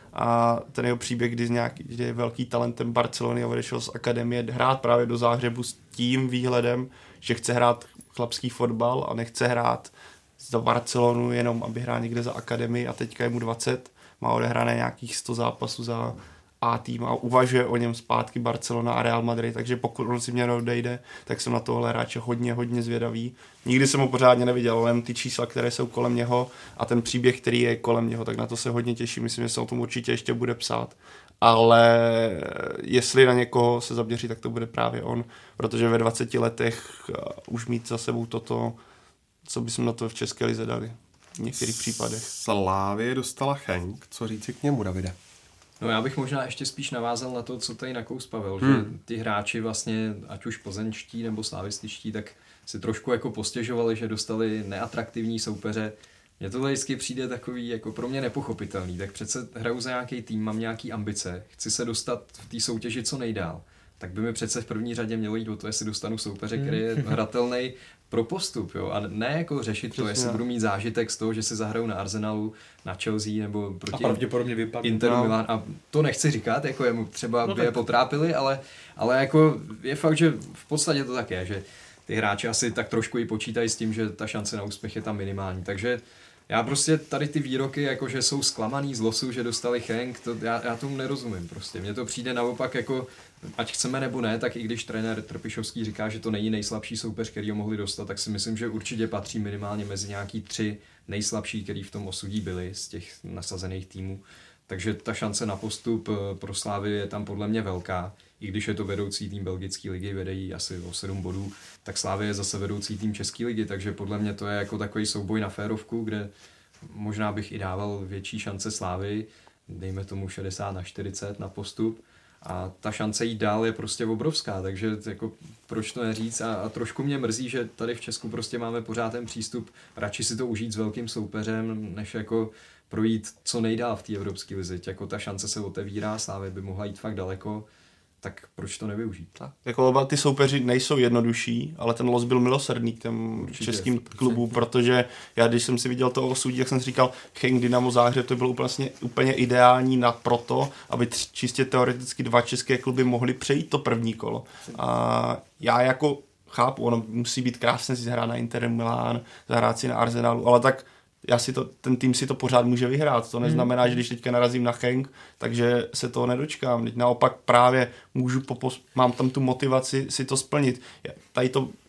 A ten jeho příběh, kdy je velký talentem Barcelony a odešel z akademie hrát právě do Záhřebu s tím výhledem, že chce hrát chlapský fotbal a nechce hrát za Barcelonu jenom, aby hrál někde za akademii a teďka je mu 20, má odehrané nějakých 100 zápasů za A tým a uvažuje o něm zpátky Barcelona a Real Madrid, takže pokud on si mě neodejde, tak jsem na tohle hráče hodně zvědavý. Nikdy jsem ho pořádně neviděl, ale ty čísla, které jsou kolem něho a ten příběh, který je kolem něho, tak na to se hodně těším, myslím, že se o tom určitě ještě bude psát. Ale jestli na někoho se zaměří, tak to bude právě on, protože ve 20 letech už mít za sebou toto, co bychom na to v České lize dali v některých případech. Slávě dostala Henk, co říci k němu, Davide? No já bych možná ještě spíš navázal na to, co tady nakous Pavel, že ty hráči vlastně, ať už plzeňští nebo slavističtí, tak si trošku jako postěžovali, že dostali neatraktivní soupeře. Mně tohle vždycky přijde takový jako pro mě nepochopitelný, tak přece hraju za nějaký tým, mám nějaký ambice, chci se dostat v té soutěži co nejdál, tak by mi přece v první řadě mělo jít o to, jestli dostanu soupeře, který je hratelný pro postup, jo, a ne jako řešit to, jestli budu mít zážitek z toho, že si zahraju na Arsenalu, na Chelsea nebo proti Interu Milan, a to nechci říkat, jako je třeba by je potrápili, ale jako je fakt, že v podstatě to tak je, že ty hráči asi tak trošku i počítají s tím, že ta šance na úspěch je tam minimální, takže já prostě tady ty výroky, jako že jsou zklamaný z losu, že dostali Henk, to já tomu nerozumím prostě. Mně to přijde naopak jako, ať chceme nebo ne, tak i když trenér Trpišovský říká, že to není nejslabší soupeř, který ho mohli dostat, tak si myslím, že určitě patří minimálně mezi nějaký 3 nejslabší, který v tom osudí byli z těch nasazených týmů. Takže ta šance na postup pro Slávy je tam podle mě velká. I když je to vedoucí tým belgické ligy, vede jí asi o 7 bodů, tak Slavia je zase vedoucí tým české ligy, takže podle mě to je jako takový souboj na férovku, kde možná bych i dával větší šance Slavii, dejme tomu 60-40 na postup, a ta šance jít dál je prostě obrovská, takže jako proč to neříct, a trošku mě mrzí, že tady v Česku prostě máme pořád ten přístup, radši si to užít s velkým soupeřem, než jako projít co nejdál v té evropské lize, jako ta šance se otevírá, Slavia by mohla jít fakt daleko, tak proč to nevyužít? Tak. Jako oba ty soupeři nejsou jednodušší, ale ten los byl milosrdný k těm českým klubům, protože já, když jsem si viděl toho osudí, jak jsem si říkal, Henk, Dynamo Záhřeb, to bylo úplně ideální na proto, aby čistě teoreticky 2 české kluby mohly přejít to první kolo. A já jako chápu, ono musí být krásné si zahrát na Inter Milán, zahrát si na Arsenalu, ale tak ten tým si to pořád může vyhrát. To neznamená, že když teďka narazím na Henk, takže se toho nedočkám. Teď naopak právě mám tam tu motivaci si to splnit. Tady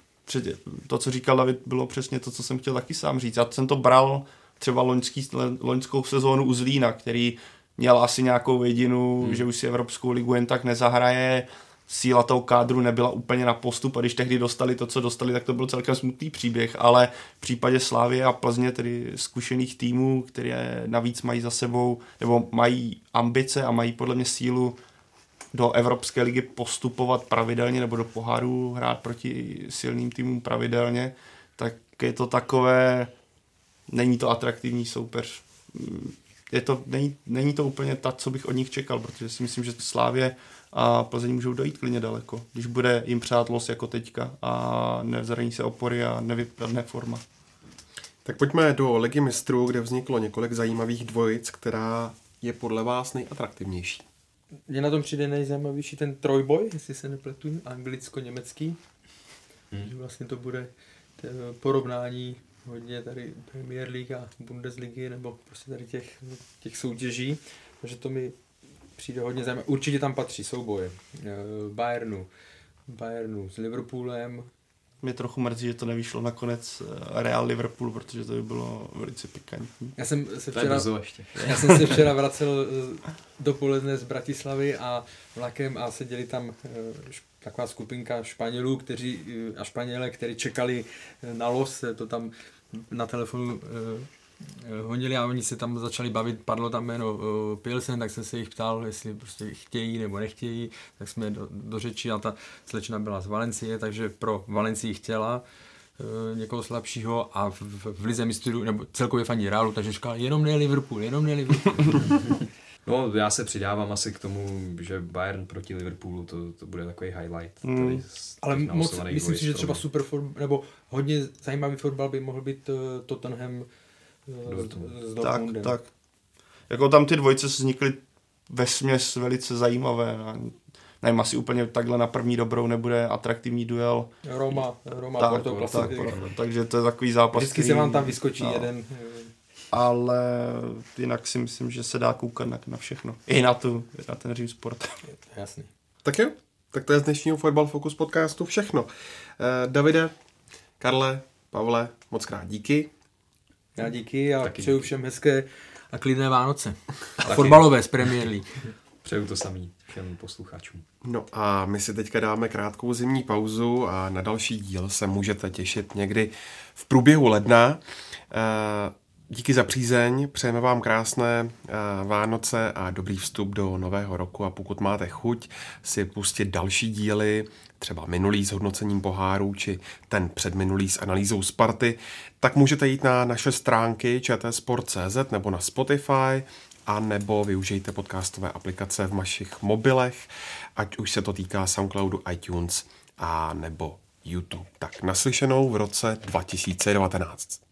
to, co říkal David, bylo přesně to, co jsem chtěl taky sám říct. Já jsem to bral třeba loňskou sezónu u Zlína, který měl asi nějakou vidinu, že už si Evropskou ligu jen tak nezahraje. síla toho kádru nebyla úplně na postup a když tehdy dostali to, co dostali, tak to byl celkem smutný příběh, ale v případě Slavie a Plzně, tedy zkušených týmů, které navíc mají za sebou, nebo mají ambice a mají podle mě sílu do Evropské ligy postupovat pravidelně nebo do poháru hrát proti silným týmům pravidelně, tak je to takové, není to atraktivní soupeř. Není to úplně ta, co bych od nich čekal, protože si myslím, že Slavie a Plzeň můžou dojít klidně daleko, když bude jim přát los jako teďka a nevzraní se opory a nevypadne forma. Tak pojďme do Ligy mistrů, kde vzniklo několik zajímavých dvojic, která je podle vás nejatraktivnější. Mně na tom přijde nejzajímavější ten trojboj, jestli se nepletu, anglicko-německý. Že vlastně to bude porovnání hodně tady Premier League a Bundesligy nebo prostě tady těch soutěží, takže to mi přijde hodně zajímavé. Určitě tam patří souboje Bayernu s Liverpoolem. Mě trochu mrzí, že to nevyšlo nakonec Real Liverpool, protože to by bylo velice pikantní. Já jsem se včera vracel dopoledne z Bratislavy a vlakem a seděli tam taková skupinka Španělů, Španělé, kteří čekali na los, to tam na telefonu honili a oni se tam začali bavit, padlo tam jméno Pilsen, tak jsem se jich ptal, jestli prostě chtějí nebo nechtějí, tak jsme do řeči a ta slečna byla z Valencie, takže pro Valencii chtěla někoho slabšího a v Lize mistrů, nebo celkově fandí Realu, takže říkal, jenom ne Liverpool. No, já se přidávám asi k tomu, že Bayern proti Liverpoolu, to bude takový highlight. Ale moc, myslím si, že třeba super nebo hodně zajímavý fotbal by mohl být Tottenham s Dortmundem. Tak. Jako tam ty dvojce vznikly vesměs velice zajímavé. Nevím, asi úplně takhle na první dobrou nebude atraktivní duel. Roma Porto Classic. Takže to je takový zápas. Vždycky se vám tam vyskočí jeden. Ale jinak si myslím, že se dá koukat na všechno. I na ten Řím Sport. Jasný. Tak jo, tak to je z dnešního Fotbal Focus podcastu všechno. Davide, Karle, Pavle, moc krát díky. Já díky a přeju všem hezké a klidné Vánoce. A fotbalové z Premier League. Přeju to samý všem posluchačům. No a my si teďka dáme krátkou zimní pauzu a na další díl se můžete těšit někdy v průběhu ledna. Díky za přízeň, přejeme vám krásné Vánoce a dobrý vstup do nového roku a pokud máte chuť si pustit další díly, třeba minulý s hodnocením poháru či ten předminulý s analýzou Sparty, tak můžete jít na naše stránky čtsport.cz nebo na Spotify a nebo využijte podcastové aplikace v vašich mobilech, ať už se to týká Soundcloudu, iTunes a nebo YouTube. Tak naslyšenou v roce 2019.